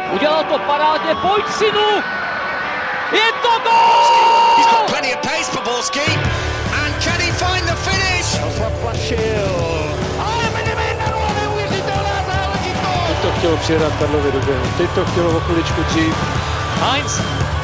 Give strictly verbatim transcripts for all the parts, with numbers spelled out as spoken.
Udělal to parádně, pojď synu! Je to gól! He's got plenty of pace for Borski. And can he find the finish? Zaplašil. Ale vedeme jedna nula, neuvěřitelná záležitost! Teď to chtělo přijedat Karlovi do běhu, teď to chtělo o chviličku dřív. Heinz!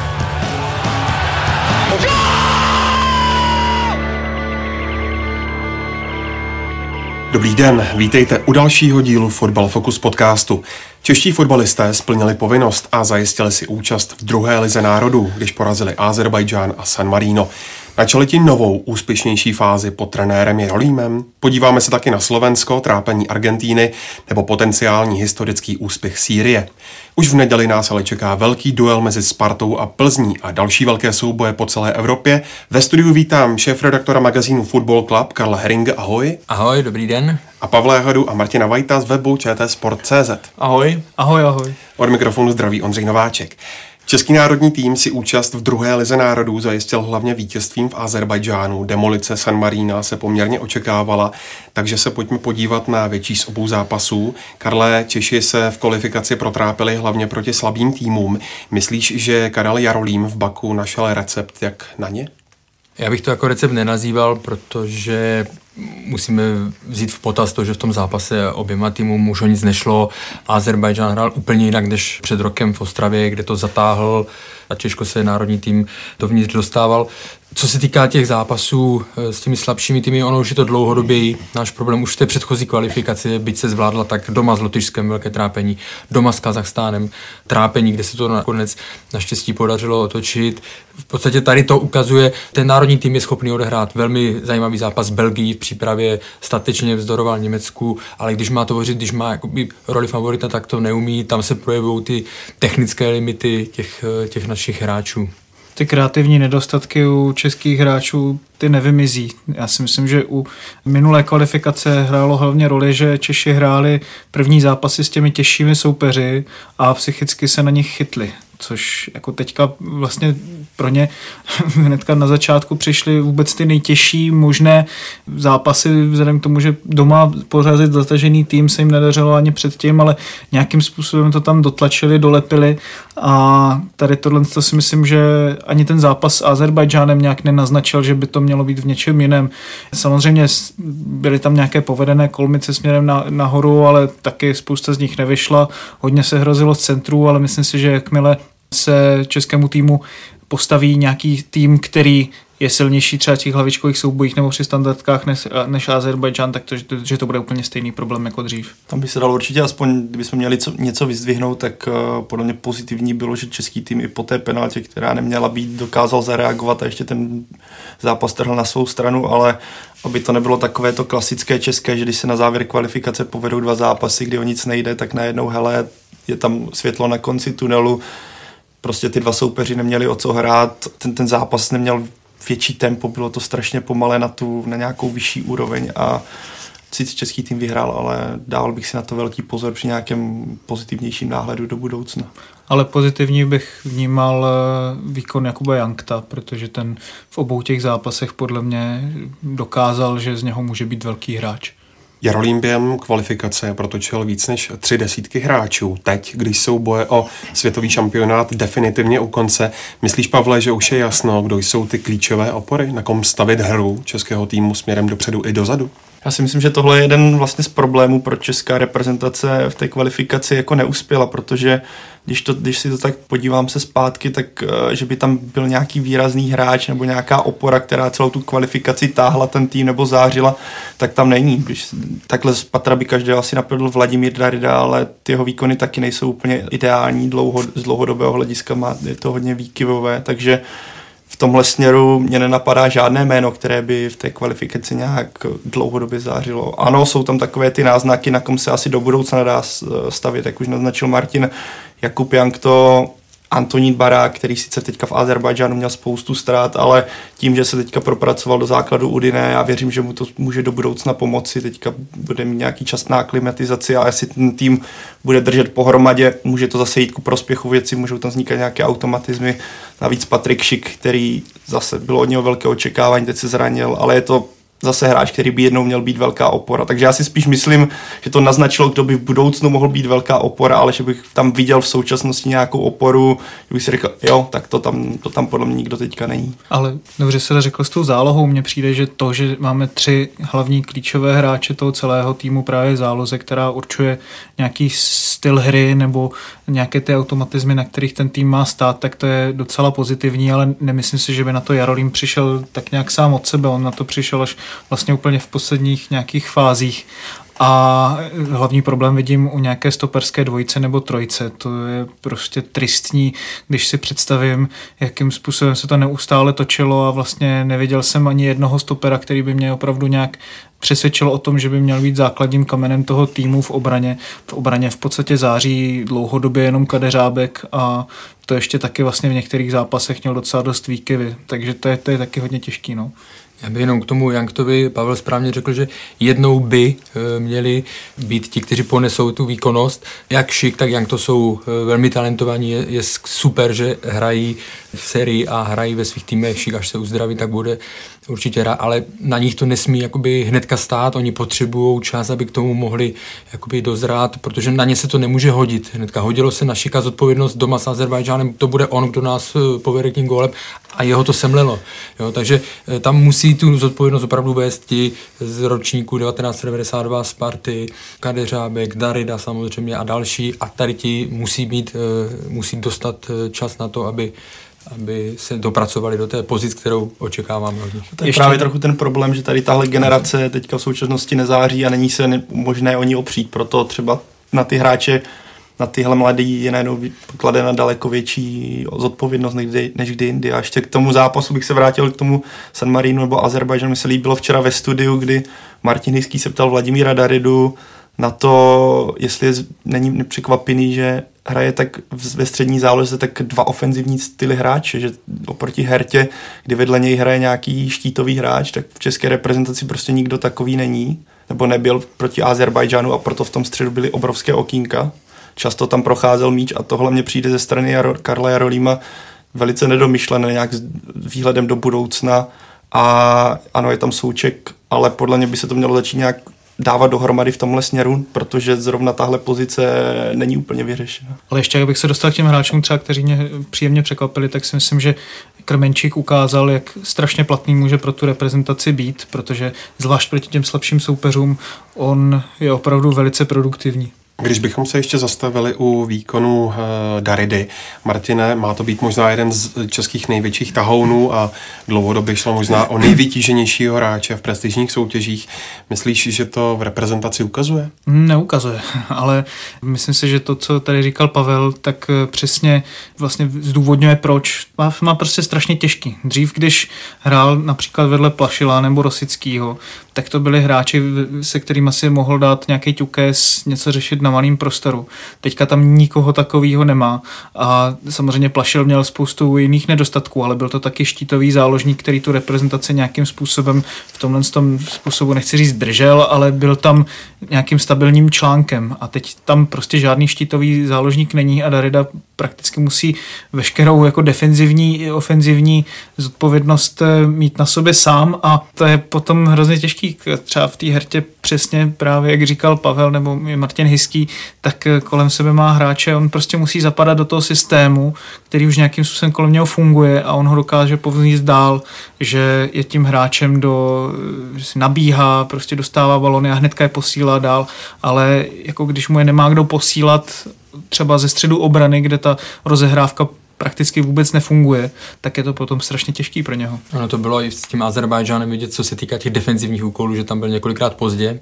Dobrý den, vítejte u dalšího dílu Fotbal Focus podcastu. Čeští fotbalisté splnili povinnost a zajistili si účast v druhé lize národů, když porazili Azerbajdžán a San Marino. Načali tím novou, úspěšnější fázi pod trenérem Jarolímem? Podíváme se taky na Slovensko, trápení Argentíny nebo potenciální historický úspěch Sýrie. Už v neděli nás ale čeká velký duel mezi Spartou a Plzní a další velké souboje po celé Evropě. Ve studiu vítám šéfredaktora magazínu Football Club Karla Heringa, ahoj. Ahoj, dobrý den. A Pavla Jahadu a Martina Vajta z webu č t sport tečka cé zet. Ahoj. Ahoj, ahoj. Od mikrofonu zdraví Ondřej Nováček. Český národní tým si účast v druhé lize národů zajistil hlavně vítězstvím v Azerbajdžánu. Demolice San Marina se poměrně očekávala, takže se pojďme podívat na větší z obou zápasů. Karle, Češi se v kvalifikaci protrápili hlavně proti slabým týmům. Myslíš, že Karel Jarolím v Baku našel recept, jak na ně? Já bych to jako recept nenazýval, protože musíme vzít v potaz to, že v tom zápase oběma týmům už o nic nešlo. Azerbajdžán hrál úplně jinak než před rokem v Ostravě, kde to zatáhl a těžko se národní tým dovnitř dostával. Co se týká těch zápasů s těmi slabšími týmy, ono už je to dlouhodoběji. Náš problém už v té předchozí kvalifikaci, byť se zvládla tak doma s Lotyšskem velké trápení, doma s Kazachstánem trápení, kde se to nakonec naštěstí podařilo otočit. V podstatě tady to ukazuje, ten národní tým je schopný odehrát velmi zajímavý zápas Belgii v přípravě, statečně vzdoroval Německu, ale když má to hovořit, když má jakoby roli favorita, tak to neumí, tam se projevují ty technické limity těch, těch našich hráčů. Ty kreativní nedostatky u českých hráčů, ty nevymizí. Já si myslím, že u minulé kvalifikace hrálo hlavně roli, že Češi hráli první zápasy s těmi těžšími soupeři a psychicky se na nich chytli, což jako teďka vlastně pro ně hnedka na začátku přišly vůbec ty nejtěžší možné zápasy, vzhledem k tomu, že doma porazit zatažený tým se jim nedařilo ani předtím, ale nějakým způsobem to tam dotlačili, dolepili a tady tohle to si myslím, že ani ten zápas s Azerbajdžánem nějak nenaznačil, že by to mělo být v něčem jiném. Samozřejmě byly tam nějaké povedené kolmice směrem na, nahoru, ale taky spousta z nich nevyšla. Hodně se hrozilo z centrů, ale myslím si, že jakmile se českému týmu postaví nějaký tým, který je silnější třeba v těch hlavičkových soubojích nebo při standardkách než, než Azerbajdžán, tak to, že to bude úplně stejný problém jako dřív. Tam by se dalo určitě, aspoň kdybychom měli co, něco vyzdvihnout, tak uh, podle mě pozitivní bylo, že český tým i po té penaltě, která neměla být, dokázal zareagovat a ještě ten zápas trhl na svou stranu, ale aby to nebylo takové to klasické české, že když se na závěr kvalifikace povedou dva zápasy, kdy o nic nejde, tak najednou hele, je tam světlo na konci tunelu. Prostě ty dva soupeři neměli o co hrát, ten, ten zápas neměl větší tempo, bylo to strašně pomalé na, tu, na nějakou vyšší úroveň a sice český tým vyhrál, ale dával bych si na to velký pozor při nějakém pozitivnějším náhledu do budoucna. Ale pozitivně bych vnímal výkon Jakuba Jankta, protože ten v obou těch zápasech podle mě dokázal, že z něho může být velký hráč. Jarolím během kvalifikace protočil víc než tři desítky hráčů. Teď, když jsou boje o světový šampionát definitivně u konce, myslíš, Pavle, že už je jasno, kdo jsou ty klíčové opory, na kom stavit hru českého týmu směrem dopředu i dozadu? Já si myslím, že tohle je jeden vlastně z problémů, proč česká reprezentace v té kvalifikaci jako neuspěla, protože když, to, když si to tak podívám se zpátky, tak že by tam byl nějaký výrazný hráč nebo nějaká opora, která celou tu kvalifikaci táhla ten tým nebo zářila, tak tam není. Když, takhle z patra by každý asi napadl Vladimír Darida, ale ty jeho výkony taky nejsou úplně ideální dlouho, z dlouhodobého hlediska, má, je to hodně výkyvové, takže v tomhle směru mě nenapadá žádné jméno, které by v té kvalifikaci nějak dlouhodobě zářilo. Ano, jsou tam takové ty náznaky, na kom se asi do budoucna dá stavět, jak už naznačil Martin. Jakub Jankto, Antonín Barák, který sice teďka v Azerbajdžánu měl spoustu ztrát, ale tím, že se teďka propracoval do základu Udine, já věřím, že mu to může do budoucna pomoci. Teďka bude mít nějaký čas na aklimatizaci a jestli ten tým bude držet pohromadě, může to zase jít ku prospěchu věci, můžou tam vznikat nějaké automatizmy. Navíc Patrik Šik, který zase bylo od něho velké očekávání, teď se zranil, ale je to zase hráč, který by jednou měl být velká opora. Takže já si spíš myslím, že to naznačilo, kdo by v budoucnu mohl být velká opora, ale že bych tam viděl v současnosti nějakou oporu, že bych si řekl, jo, tak to tam, to tam podle mě nikdo teďka není. Ale dobře se řekl s tou zálohou, mně přijde, že to, že máme tři hlavní klíčové hráče toho celého týmu, právě záloze, která určuje nějaký styl hry nebo nějaké ty automatizmy, na kterých ten tým má stát, tak to je docela pozitivní, ale nemyslím si, že by na to Jarolím přišel tak nějak sám od sebe, on na to přišel až vlastně úplně v posledních nějakých fázích. A hlavní problém vidím u nějaké stoperské dvojice nebo trojce. To je prostě tristní, když si představím, jakým způsobem se to neustále točilo a vlastně neviděl jsem ani jednoho stopera, který by mě opravdu nějak přesvědčil o tom, že by měl být základním kamenem toho týmu v obraně. V obraně v podstatě září dlouhodobě jenom Kadeřábek a to ještě taky vlastně v některých zápasech měl docela dost výkyvy, takže to je, to je taky hodně těžký. No. Já bych jenom k tomu Janktovi, Pavel správně řekl, že jednou by e, měli být ti, kteří ponesou tu výkonnost. Jak Šik, tak Jank to jsou e, velmi talentovaní, je, je super, že hrají v sérii a hrají ve svých týmech. Šik, až se uzdraví, tak bude určitě rád, ale na nich to nesmí jakoby hnedka stát, oni potřebují čas, aby k tomu mohli jakoby dozrát, protože na ně se to nemůže hodit. Hnedka hodilo se na Šika zodpovědnost doma s Azerbajdžánem, to bude on, kdo nás povede tím gólem a jeho to semlelo. Jo, takže tam musí tu zodpovědnost opravdu vést ti z ročníku devatenáct set devadesát dva Sparty, Kadeřábek, Darida samozřejmě a další a tady ti musí být, musí dostat čas na to, aby aby se dopracovali do té pozice, kterou očekáváme od nich. To je Ještě... právě trochu ten problém, že tady tahle generace teďka v současnosti nezáří a není se ne- možné o ní opřít, proto třeba na ty hráče, na tyhle mladý je najednou kladena daleko větší zodpovědnost než kdy, než kdy jindy. A ještě k tomu zápasu bych se vrátil k tomu San Marinu nebo Azerbajdžan. Mi se líbilo včera ve studiu, kdy Martin Hiský se ptal Vladimíra Daridu na to, jestli je, není nepřekvapený, že hraje tak ve střední záloze tak dva ofenzivní styly hráče, že oproti Hertě, kdy vedle něj hraje nějaký štítový hráč, tak v české reprezentaci prostě nikdo takový není, nebo nebyl proti Azerbajdžánu a proto v tom středu byly obrovské okýnka. Často tam procházel míč a tohle mě přijde ze strany Jaro, Karla Jarolíma velice nedomyšlené, nějak s výhledem do budoucna a ano, je tam Souček, ale podle mě by se to mělo začít nějak dávat dohromady v tomhle směru, protože zrovna tahle pozice není úplně vyřešena. Ale ještě, abych se dostal k těm hráčům třeba, kteří mě příjemně překvapili, tak si myslím, že Krmenčík ukázal, jak strašně platný může pro tu reprezentaci být, protože zvlášť proti těm slabším soupeřům on je opravdu velice produktivní. Když bychom se ještě zastavili u výkonu uh, Daridy. Martine, má to být možná jeden z českých největších tahounů a dlouhodobě šlo možná o nejvytíženějšího hráče v prestižních soutěžích. Myslíš, že to v reprezentaci ukazuje? Neukazuje, ale myslím si, že to, co tady říkal Pavel, tak přesně vlastně zdůvodňuje, proč. Má, má prostě strašně těžký. Dřív, když hrál například vedle Plašila nebo Rosickýho, tak to byli hráči, se kterými si mohl dát nějaký ťukés, něco řešit na malém prostoru. Teďka tam nikoho takového nemá a samozřejmě Plašil měl spoustu jiných nedostatků, ale byl to taky štítový záložník, který tu reprezentaci nějakým způsobem v tomhle tom způsobu, nechci říct držel, ale byl tam nějakým stabilním článkem a teď tam prostě žádný štítový záložník není a Darida prakticky musí veškerou jako defenzivní i ofenzivní zodpovědnost mít na sobě sám a to je potom hrozně těžký. Třeba v té Hertě přesně právě, jak říkal Pavel nebo Martin Hiský, tak kolem sebe má hráče, on prostě musí zapadat do toho systému, který už nějakým způsobem kolem něho funguje a on ho dokáže povznést dál, že je tím hráčem do, že si nabíhá, prostě dostává balony a hnedka je posílá dál, ale jako když mu je nemá kdo posílat třeba ze středu obrany, kde ta rozehrávka prakticky vůbec nefunguje, tak je to potom strašně těžký pro něho. Ono to bylo i s tím Azerbajdžánem vidět, co se týká těch defenzivních úkolů, že tam byl několikrát pozdě.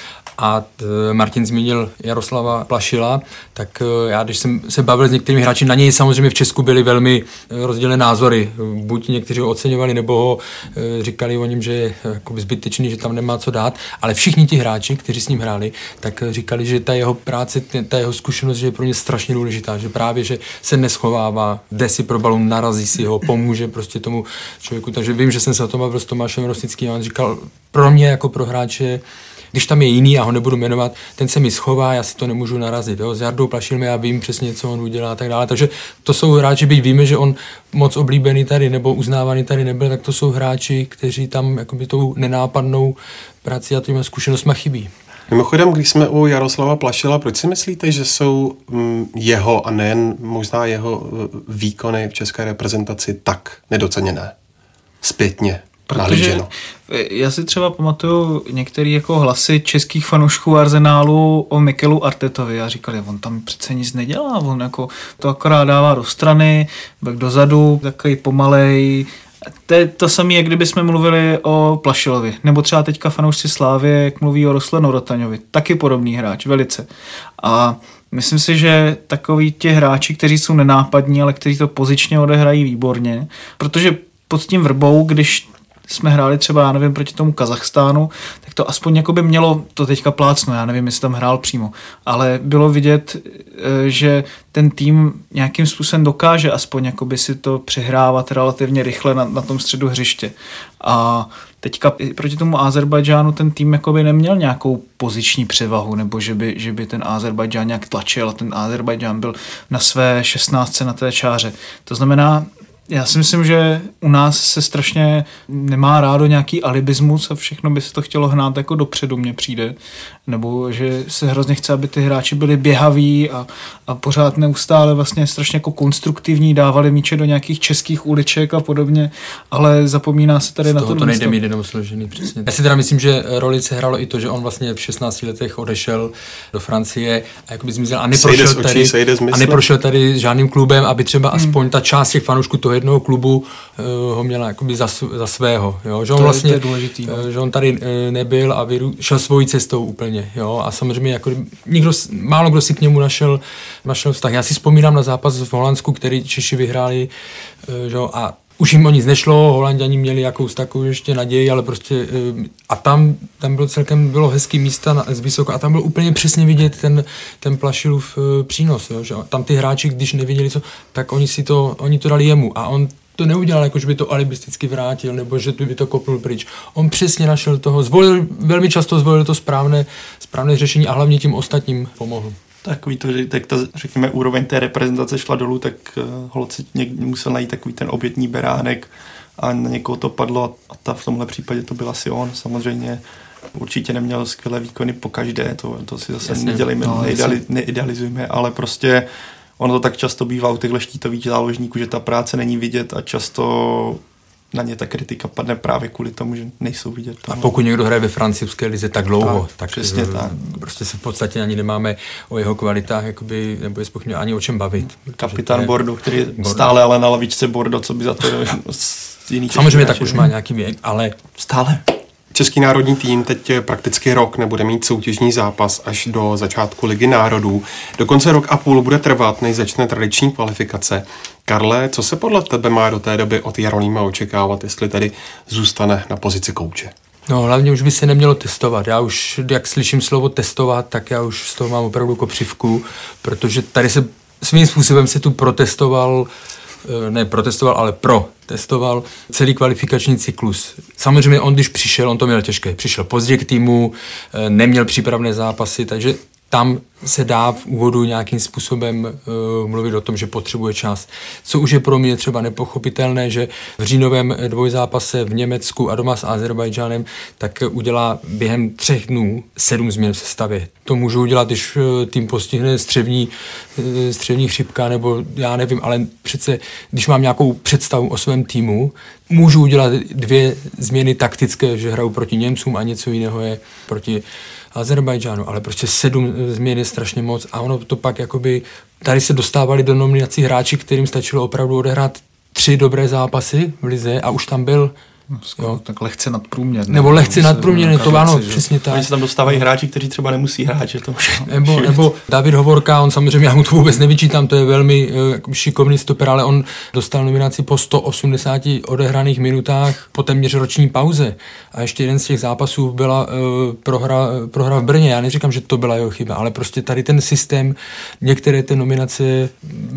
A t, Martin zmínil Jaroslava Plašila, tak já, když jsem se bavil s některými hráči, na něj samozřejmě v Česku byly velmi rozdílné názory. Buď někteří ho oceňovali, nebo ho e, říkali o něm, že je jakoby zbytečný, že tam nemá co dát, ale všichni ti hráči, kteří s ním hráli, tak říkali, že ta jeho práce, ta jeho zkušenost, že je pro ně strašně důležitá, že právě, že se neschovává, jde si pro balón, narazí si ho, pomůže prostě tomu člověku. Takže vím, že jsem se o tom bavil s Tomášem Rosickým a on říkal, pro mě jako pro hráče když tam je jiný, já ho nebudu jmenovat, ten se mi schová, já si to nemůžu narazit. Jo? S Jardou Plašilem já vím přesně, co on udělá a tak dále. Takže to jsou hráči, byť víme, že on moc oblíbený tady nebo uznávaný tady nebyl, tak to jsou hráči, kteří tam jakoby tou nenápadnou prací a těmi zkušenostmi chybí. Mimochodem, když jsme u Jaroslava Plašila, proč si myslíte, že jsou jeho a nejen možná jeho výkony v české reprezentaci tak nedoceněné? Zpětně nahlíženo. Já si třeba pamatuju některé jako hlasy českých fanoušků Arsenálu o Mikelu Artetovi a říkali, on tam přece nic nedělá, on jako to akorát dává do strany, tak dozadu, takový pomalej. To je to samé, jak kdyby jsme mluvili o Plašilovi. Nebo třeba teďka fanoušci Slávy, jak mluví o Ruslanu Rotaňovi. Taky podobný hráč, velice. A myslím si, že takoví ti hráči, kteří jsou nenápadní, ale kteří to pozičně odehrají výborně, protože pod tím Vrbou, když jsme hráli třeba, já nevím, proti tomu Kazachstánu, tak to aspoň jako by mělo to teďka plácno, já nevím, jestli tam hrál přímo, ale bylo vidět, že ten tým nějakým způsobem dokáže aspoň jako by si to přihrávat relativně rychle na, na tom středu hřiště. A teďka proti tomu Azerbajdžánu ten tým jako by neměl nějakou poziční převahu, nebo že by, že by ten Azerbajdžán nějak tlačil a ten Azerbajdžán byl na své šestnáctce na té čáře. To znamená, já si myslím, že u nás se strašně nemá rádo nějaký alibismus a všechno by se to chtělo hnát jako dopředu, mně přijde. Nebo že se hrozně chce, aby ty hráči byli běhaví a, a pořád neustále vlastně strašně jako konstruktivní, dávali míče do nějakých českých uliček a podobně, ale zapomíná se tady z na to. To nejde mít jenom složený, přesně. Já si teda myslím, že roli se hrálo i to, že on vlastně v šestnácti letech odešel do Francie a jakoby zmizel a neprošel tady, a neprošel tady žádným klubem, aby třeba hmm. aspoň ta část těch fanoušků toho jednoho klubu uh, ho měla jakoby za, za svého, jo? Že on to vlastně, je důležitý, no. uh, že on tady uh, nebyl a vyru, šel svojí cestou úplně, jo? A samozřejmě jako nikdo, málo kdo si k němu našel, našel vztah. Já si vzpomínám na zápas v Holandsku, který Češi vyhráli, uh, že? A už jim o nic nešlo, Holanďani měli jakous takovou ještě naději, ale prostě uh, a tam, tam bylo celkem bylo hezký místa na, z vysoko a tam byl úplně přesně vidět ten, ten Plašilův uh, přínos, jo? Že tam ty hráči, když nevěděli co, tak oni si to, oni to dali jemu a on to neudělal, jako že by to alibisticky vrátil, nebo že by to kopnul pryč. On přesně našel toho, zvolil, velmi často zvolil to správné, správné řešení a hlavně tím ostatním pomohl. Takový to, že tak ta, řekněme, úroveň té reprezentace šla dolů, tak uh, holci někdy musel najít takový ten obětní beránek a na někoho to padlo a ta v tomhle případě to byl asi on. Samozřejmě určitě neměl skvělé výkony po každé, to, to si zase jasně, nedělejme, no, neideali, neidealizujme, ale prostě ono to tak často bývá u těchto štítových záložníků, že ta práce není vidět a často na ně ta kritika padne právě kvůli tomu, že nejsou vidět. A pokud někdo hraje ve francouzské lize tak dlouho, tak, tak přesně tak. Prostě se v podstatě ani nemáme o jeho kvalitách jakoby, nebo je spochybně ani o čem bavit. Kapitán Bordeaux, který je stále ale na lavičce Bordeaux, co by za to jiný. Samozřejmě tak už má nějaký věk, ale stále. Český národní tým teď prakticky rok nebude mít soutěžní zápas až do začátku Ligy národů. Dokonce rok a půl bude trvat, než začne tradiční kvalifikace. Karle, co se podle tebe má do té doby od Jarolíma očekávat, jestli tedy zůstane na pozici kouče? No, hlavně už by se nemělo testovat. Já už, jak slyším slovo testovat, tak já už z toho mám opravdu kopřivku, protože tady se svým způsobem se tu protestoval ne protestoval, ale protestoval celý kvalifikační cyklus. Samozřejmě on, když přišel, on to měl těžké. Přišel pozdě k týmu, neměl přípravné zápasy, takže tam se dá v úvodu nějakým způsobem uh, mluvit o tom, že potřebuje čas. Co už je pro mě třeba nepochopitelné, že v říjnovém dvojzápase v Německu a doma s Azerbajdžánem tak udělá během třech dnů sedm změn v sestavě. To můžu udělat, když uh, tým postihne střevní, uh, střevní chřipka, nebo já nevím, ale přece, když mám nějakou představu o svém týmu, můžu udělat dvě změny taktické, že hraju proti Němcům a něco jiného je proti Azerbajdžánu, ale prostě sedm změn je strašně moc a ono to pak jakoby, tady se dostávali do nominací hráči, kterým stačilo opravdu odehrát tři dobré zápasy v lize a už tam byl No, tak lehce nadprůměrné. Nebo lehce nadprůměrné, to ano, že? Přesně tak. Oni se tam dostávají hráči, kteří třeba nemusí hrát, že to už nebo, nebo David Hovorka, on samozřejmě, já mu to vůbec nevyčítám, to je velmi uh, šikovný stoper, ale on dostal nominaci po sto osmdesáti odehraných minutách po téměř roční pauze. A ještě jeden z těch zápasů byla uh, prohra, prohra v Brně. Já neříkám, že to byla jeho chyba, ale prostě tady ten systém, některé ty nominace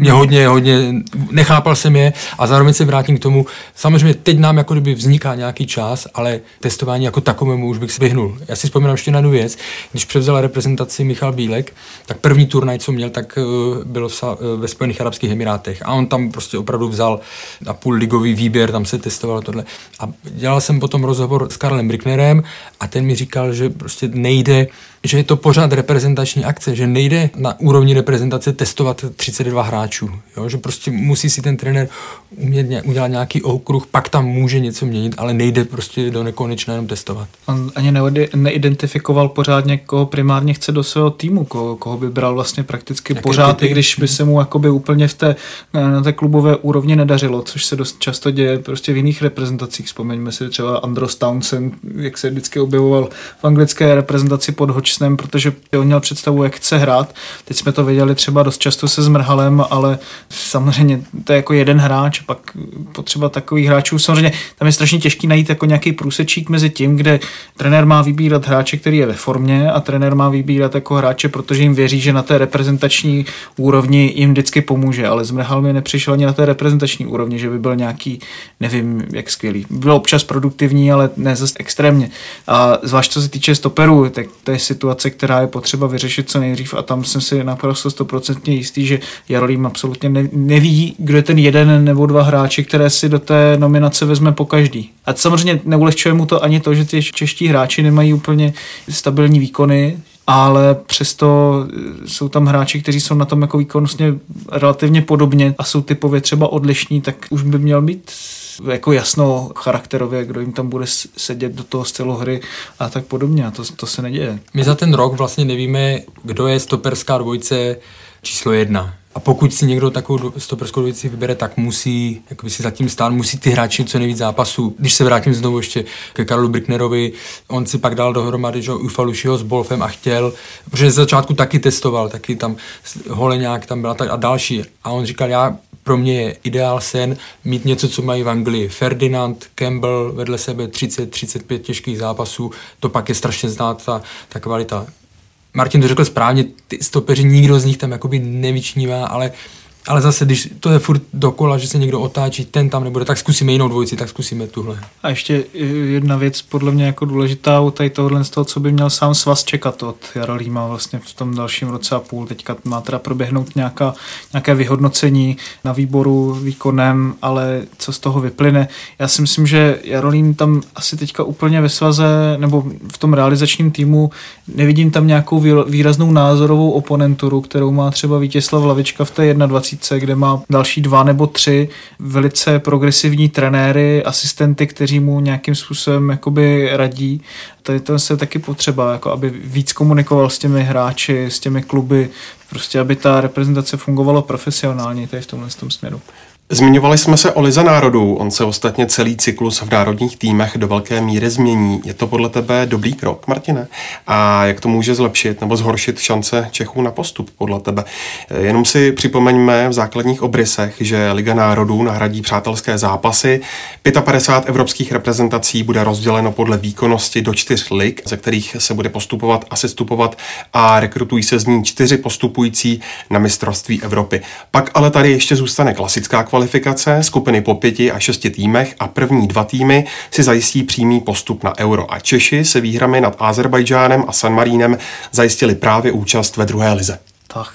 mě hodně, hodně, nechápal jsem je a zároveň se vrátím k tomu, samozřejmě teď nám jako kdyby vzniká nějaký čas, ale testování jako takovému už bych se vyhnul. Já si vzpomínám ještě na jednu věc, když převzal reprezentaci Michal Bílek, tak první turnaj, co měl, tak bylo v, ve Spojených arabských emirátech a on tam prostě opravdu vzal na půl ligový výběr, tam se testoval tohle. A dělal jsem potom rozhovor s Karlem Bricknerem a ten mi říkal, že prostě nejde, že je to pořád reprezentační akce, že nejde na úrovni reprezentace testovat třicet dva hráčů, jo? Že prostě musí si ten trenér umět ně, udělat nějaký okruh, pak tam může něco měnit, ale nejde prostě do nekonečna jenom testovat. On ani neidentifikoval pořádně, koho primárně chce do svého týmu, koho, koho by bral vlastně prakticky jak pořád, i když by se mu jakoby úplně v té, na té klubové úrovni nedařilo, což se dost často děje prostě v jiných reprezentacích. Vzpomeňme si třeba Andros Townsend, jak se vždycky objevoval v anglické reprezentaci pod Hodgsnem, protože on měl představu, jak chce hrát. Teď jsme to viděli třeba dost často se Zmrhalem, ale samozřejmě to je jako jeden hráč, pak potřeba takových hráčů. Samozřejmě tam je strašně těžký najít jako nějaký průsečík mezi tím, kde trenér má vybírat hráče, který je ve formě a trenér má vybírat jako hráče, protože jim věří, že na té reprezentační úrovni jim vždycky pomůže, ale Zmrhal mi nepřišel ani na té reprezentační úrovni, že by byl nějaký, nevím, jak skvělý. Byl občas produktivní, ale ne zase extrémně. A zvlášť co se týče stoperů, tak to je situace, která je potřeba vyřešit co nejdřív a tam jsem si naprosto stoprocentně jistý, že Jarolím absolutně neví, kdo je ten jeden nebo dva hráči, které si do té nominace vezme po každý. A samozřejmě neulehčuje mu to ani to, že ty čeští hráči nemají úplně stabilní výkony, ale přesto jsou tam hráči, kteří jsou na tom jako výkonnostně relativně podobně a jsou typově třeba odlišní, tak už by měl být jako jasno charakterově, kdo jim tam bude sedět do toho stylu hry a tak podobně a to, to se neděje. My za ten rok vlastně nevíme, kdo je stoperská dvojice číslo jedna. A pokud si někdo takovou stoperskou dvojici vybere, tak musí jakoby si zatím stát, musí ty hráči co nejvíc zápasů. Když se vrátím znovu ještě ke Karlu Bricknerovi, on si pak dal dohromady že, Ufalušiho s Bolfem a chtěl, protože z začátku taky testoval, taky tam Holeňák tam byla tak a další. A on říkal, já pro mě je ideál sen mít něco, co mají v Anglii. Ferdinand, Campbell vedle sebe třicet třicet pět těžkých zápasů, to pak je strašně znát ta, ta kvalita. Martin to řekl správně, ty stopeři, nikdo z nich tam jakoby nevyčnívá, ale, ale zase, když to je furt dokola, že se někdo otáčí, ten tam nebude, tak zkusíme jinou dvojici, tak zkusíme tuhle. A ještě jedna věc podle mě jako důležitá u tady tohle z toho, co by měl sám svaz čekat od Jarolíma vlastně v tom dalším roce a půl. Teďka má teda proběhnout nějaká, nějaké vyhodnocení na výboru výkonem, ale co z toho vyplyne. Já si myslím, že Jarolím tam asi teďka úplně ve svaze nebo v tom realizačním týmu nevidím tam nějakou výraznou názorovou oponenturu, kterou má třeba Vítězslav Lavička v té dvacet jedna, kde má další dva nebo tři velice progresivní trenéry, asistenty, kteří mu nějakým způsobem jakoby radí. Tady to je taky potřeba, jako aby víc komunikoval s těmi hráči, s těmi kluby, prostě aby ta reprezentace fungovala profesionálně tady v tomhle tom směru. Zmiňovali jsme se o Lize národů, on se ostatně celý cyklus v národních týmech do velké míry změní. Je to podle tebe dobrý krok, Martine? A jak to může zlepšit nebo zhoršit šance Čechů na postup podle tebe? Jenom si připomeňme v základních obrysech, že Liga národů nahradí přátelské zápasy. padesát pět evropských reprezentací bude rozděleno podle výkonnosti do čtyř lig, ze kterých se bude postupovat a sestupovat a rekrutují se z ní čtyři postupující na mistrovství Evropy. Pak ale tady ještě zůstane klasická kvalifikace, skupiny po pěti a šesti týmech a první dva týmy si zajistí přímý postup na Euro a Češi se výhrami nad Azerbajdžánem a San Marínem zajistili právě účast ve druhé lize. Tak.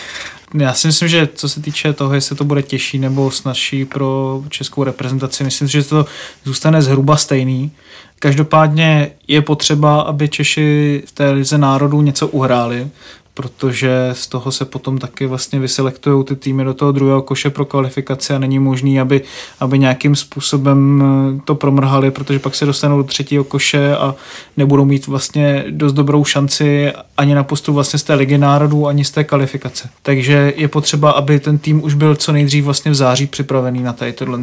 Já si myslím, že co se týče toho, jestli to bude těžší nebo snazší pro českou reprezentaci, myslím, že to zůstane zhruba stejný. Každopádně je potřeba, aby Češi v té lize národů něco uhráli, protože z toho se potom taky vlastně vyselektujou ty týmy do toho druhého koše pro kvalifikaci a není možný, aby, aby nějakým způsobem to promrhali, protože pak se dostanou do třetího koše a nebudou mít vlastně dost dobrou šanci ani na postup vlastně z té ligy národů, ani z té kvalifikace. Takže je potřeba, aby ten tým už byl co nejdřív vlastně v září připravený na tady tohle.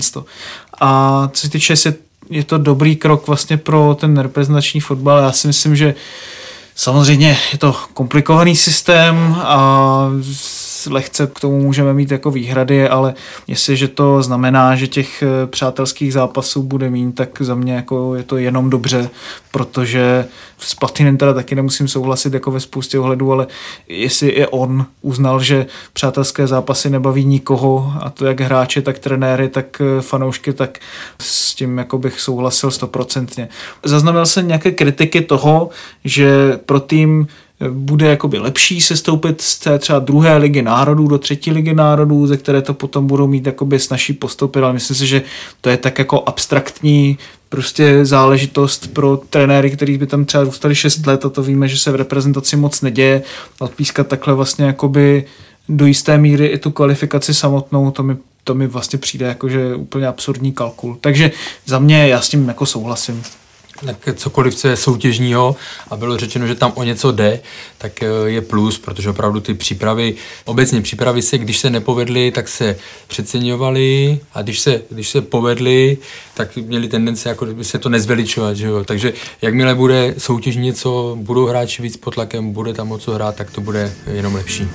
A co se týče, je to dobrý krok vlastně pro ten reprezentační fotbal. Já si myslím, že samozřejmě je to komplikovaný systém a lehce k tomu můžeme mít jako výhrady, ale jestliže to znamená, že těch přátelských zápasů bude míň, tak za mě jako je to jenom dobře, protože s Platinem teda taky nemusím souhlasit jako ve spoustě ohledů, ale jestli i on uznal, že přátelské zápasy nebaví nikoho, a to jak hráče, tak trenéry, tak fanoušky, tak s tím jako bych souhlasil stoprocentně. Zaznamenal jsem nějaké kritiky toho, že pro tým bude jakoby lepší sestoupit z té třeba druhé ligy národů do třetí ligy národů, ze které to potom budou mít jakoby snažší postoupit, ale myslím si, že to je tak jako abstraktní prostě záležitost pro trenéry, kteří by tam třeba zůstali šest let, a to víme, že se v reprezentaci moc neděje, odpískat takhle vlastně jakoby do jisté míry i tu kvalifikaci samotnou, to mi, to mi vlastně přijde jako, že úplně absurdní kalkul. Takže za mě já s tím jako souhlasím. Tak cokoliv, co je soutěžního a bylo řečeno, že tam o něco jde, tak je plus, protože opravdu ty přípravy, obecně přípravy se, když se nepovedly, tak se přeceňovaly, a když se, když se povedly, tak měli tendence jako by se to nezveličovat, že jo. Takže jakmile bude soutěžní něco, budou hráči víc pod tlakem, bude tam o co hrát, tak to bude jenom lepší.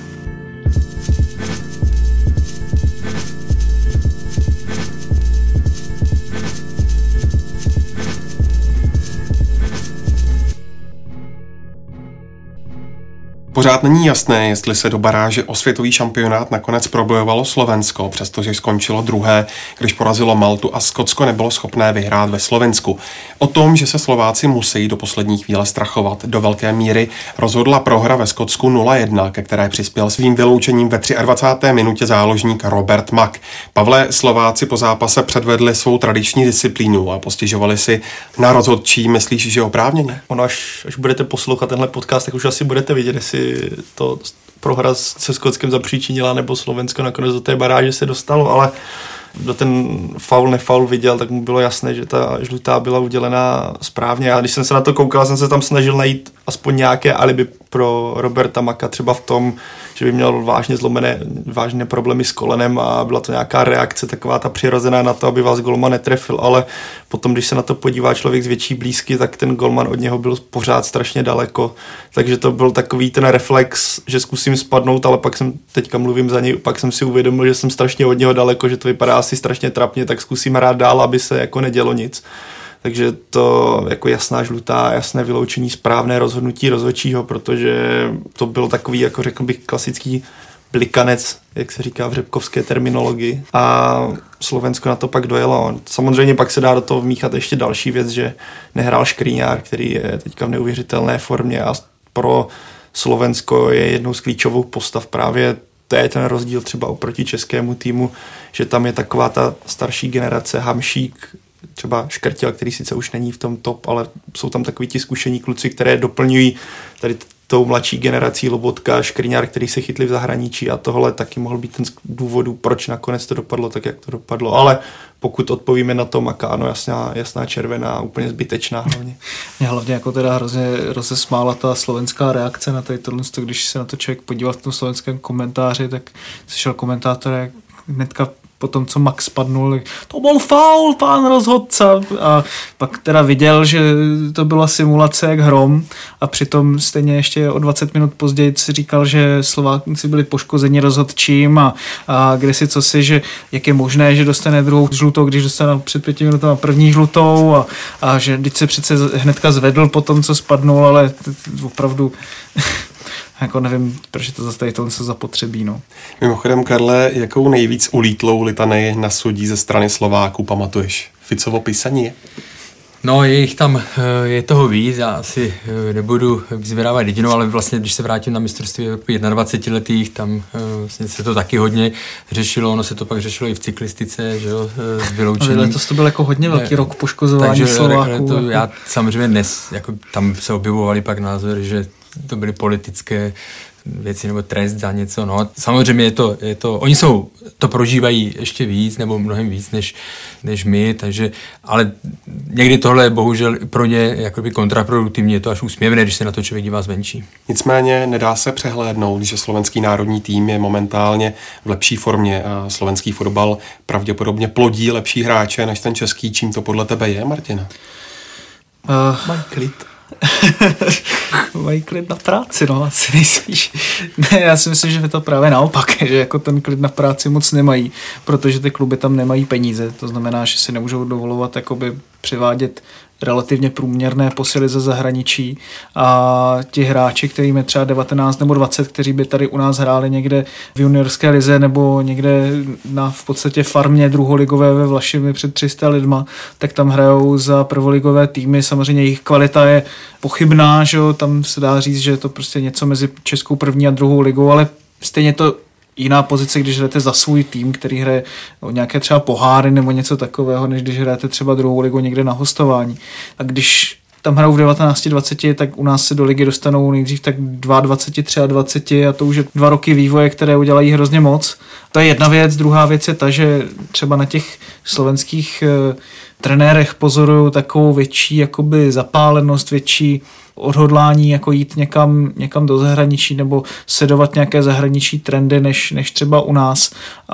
Pořád není jasné, jestli se do baráže o světový šampionát nakonec probojovalo Slovensko, přestože skončilo druhé, když porazilo Maltu a Skotsko nebylo schopné vyhrát ve Slovensku. O tom, že se Slováci musí do poslední chvíle strachovat, do velké míry rozhodla prohra ve Skotsku nula jedna, ke které přispěl svým vyloučením ve dvacáté třetí minutě záložník Robert Mack. Pavle, Slováci po zápase předvedli svou tradiční disciplínu a postěžovali si na rozhodčí. Myslíš, že oprávněně? Ono, až, až budete poslouchat tenhle podcast, tak už asi budete vidět, jestli to prohra se Skotskem zapříčinila, nebo Slovensko nakonec do té baráže se dostalo, ale kdo ten faul, nefaul viděl, tak mu bylo jasné, že ta žlutá byla udělená správně. A když jsem se na to koukal, jsem se tam snažil najít aspoň nějaké alibi pro Roberta Macka, třeba v tom, že by měl vážně zlomené, vážné problémy s kolenem a byla to nějaká reakce, taková ta přirozená na to, aby vás golman netrefil, ale potom, když se na to podívá člověk z větší blízky, tak ten golman od něho byl pořád strašně daleko, takže to byl takový ten reflex, že zkusím spadnout, ale pak jsem, teďka mluvím za něj, pak jsem si uvědomil, že jsem strašně od něho daleko, že to vypadá asi strašně trapně, tak zkusím hrát dál, aby se jako nedělo nic. Takže to jako jasná žlutá, jasné vyloučení, správné rozhodnutí rozhodčího, protože to byl takový, jako řekl bych, klasický blikanec, jak se říká v řepkovské terminologii. A Slovensko na to pak dojelo. Samozřejmě pak se dá do toho vmíchat ještě další věc, že nehrál Škriňár, který je teďka v neuvěřitelné formě, a pro Slovensko je jednou z klíčových postav právě. To je ten rozdíl třeba oproti českému týmu, že tam je taková ta starší generace, Hamšík, třeba Škrtěl, který sice už není v tom top, ale jsou tam takový ti zkušení kluci, které doplňují tady tou mladší generací, Lobotka, Škriňár, který se chytli v zahraničí, a tohle taky mohl být ten z důvodů, proč nakonec to dopadlo tak, jak to dopadlo. Ale pokud odpovíme na to Macka, ano, jasná, jasná červená, úplně zbytečná hlavně. Mě hlavně jako teda hrozně rozesmála ta slovenská reakce na tady tohle, když se na to člověk podíval v tom slovenském komentáři, tak slyšel komentátor, jak hnedka po tom, co Max spadnul, to byl faul, pán rozhodce. A pak teda viděl, že to byla simulace jak hrom, a přitom stejně ještě o dvacet minut později si říkal, že Slováci byli poškozeni rozhodčím a, a kde si co si, že jak je možné, že dostane druhou žlutou, když dostane před pěti minutami první žlutou, a, a že teď se přece hnedka zvedl po tom, co spadnul, ale t- t- opravdu jako nevím, proč to zase tady to se zapotřebí. No. Mimochodem, Karle, jakou nejvíc ulítlou litanii na sudí ze strany Slováků pamatuješ? Ficovo písaní? No, je jich tam, je toho víc, já asi nebudu vyzvědávat jedinou, ale vlastně, když se vrátím na mistrovství dvacetiletých, tam vlastně se to taky hodně řešilo, ono se to pak řešilo i v cyklistice, že jo, s vyloučením. Ale letos to byl jako hodně velký rok poškozování takže Slováků. To, já samozřejmě dnes, jako tam se objevovaly pak názory, že to byly politické věci nebo trest za něco, no. Samozřejmě je to, je to, oni jsou, to prožívají ještě víc nebo mnohem víc než, než my, takže, ale někdy tohle je bohužel pro ně jakoby kontraproduktivně, je to až úsměvné, když se na to člověk dívá zvenčí. Nicméně nedá se přehlédnout, že slovenský národní tým je momentálně v lepší formě a slovenský fotbal pravděpodobně plodí lepší hráče než ten český. Čím to podle tebe je, Martina? Uh, klid. Mají klid na práci, no, asi nejspíš. Ne, já si myslím, že je to právě naopak, že jako ten klid na práci moc nemají, protože ty kluby tam nemají peníze, to znamená, že si nemůžou dovolovat jakoby přivádět relativně průměrné posily ze zahraničí a ti hráči, kterým je třeba devatenáct nebo dvacet, kteří by tady u nás hráli někde v juniorské lize nebo někde na v podstatě farmě druholigové ve Vlašimi před tři sta lidma, tak tam hrajou za prvoligové týmy. Samozřejmě jejich kvalita je pochybná, že jo? Tam se dá říct, že je to prostě něco mezi českou první a druhou ligou, ale stejně to jiná pozice, když hrajete za svůj tým, který hraje nějaké třeba poháry nebo něco takového, než když hrajete třeba druhou ligu někde na hostování. A když tam hrajou v devatenáct dvacet, tak u nás se do ligy dostanou nejdřív tak dvacet dva, dvacet tři a to už je dva roky vývoje, které udělají hrozně moc. To je jedna věc. Druhá věc je ta, že třeba na těch slovenských eh, trenérech pozoruju takovou větší jakoby zapálenost, větší odhodlání jako jít někam, někam do zahraničí nebo sledovat nějaké zahraniční trendy než, než třeba u nás.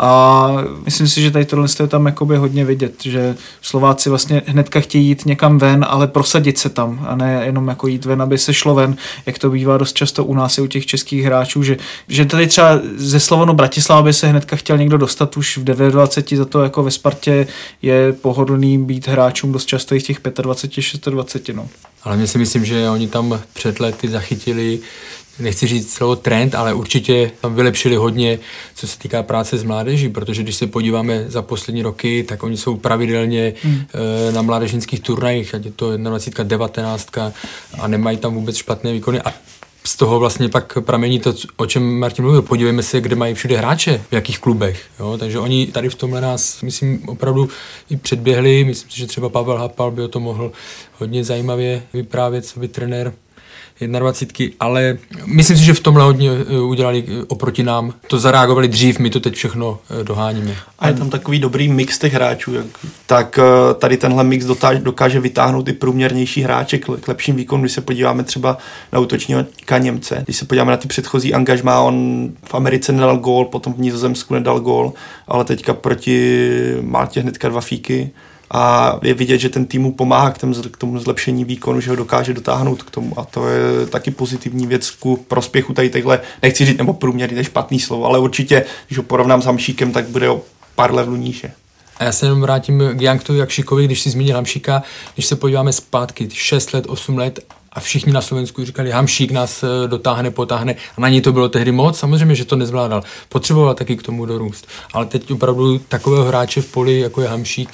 A myslím si, že tady tohle je tam jakoby hodně vidět, že Slováci vlastně hnedka chtějí jít někam ven, ale prosadit se tam a ne jenom jako jít ven, aby se šlo ven, jak to bývá dost často u nás i u těch českých hráčů, že, že tady třeba ze Slovanu Bratislava by se hnedka chtěl někdo dostat už v dvacet devět, za to jako ve Spartě je pohodlný být hráčům dost často i v těch dvacet pět, dvacet šest. No. Ale mě si myslím, že oni tam před lety zachytili, nechci říct slovo trend, ale určitě tam vylepšili hodně, co se týká práce s mládeží, protože když se podíváme za poslední roky, tak oni jsou pravidelně hmm. e, na mládežnických turnajích, ať je to dvacet jedna, devatenáct a nemají tam vůbec špatné výkony a z toho vlastně pak pramení to, o čem Martin mluvil. Podívejme se, kde mají všude hráče, v jakých klubech. Jo? Takže oni tady v tomhle nás, myslím, opravdu i předběhli. Myslím si, že třeba Pavel Hapal by o tom mohl hodně zajímavě vyprávět, co by trenér jednadvacítky, ale myslím si, že v tomhle hodně udělali oproti nám. To zareagovali dřív, my to teď všechno doháníme. A je tam takový dobrý mix těch hráčů. Tak tady tenhle mix dokáže vytáhnout i průměrnější hráče k lepším výkonům, když se podíváme třeba na útočníka Němce. Když se podíváme na ty předchozí angažmá, on v Americe nedal gól, potom v Nizozemsku nedal gól, ale teďka proti Maltě hnedka dva fíky. A je vidět, že ten tým mu pomáhá k tomu, k tomu zlepšení výkonu, že ho dokáže dotáhnout k tomu. A to je taky pozitivní věc ku prospěchu tady takhle, nechci říct, nebo průměrný, to je špatný slovo, ale určitě, když ho porovnám s Hamšíkem, tak bude o pár levelů níže. A já se jenom vrátím k Janktovi Jakšíkovi, když si zmínil Hamšíka, když se podíváme zpátky, šest let, osm let, a všichni na Slovensku říkali, Hamšík nás dotáhne, potáhne. A na něj to bylo tehdy moc, samozřejmě, že to nezvládal. Potřeboval taky k tomu dorůst. Ale teď opravdu takového hráče v poli, jako je Hamšík,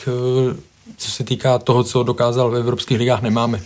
co se týká toho, co dokázal v evropských ligách, nemáme.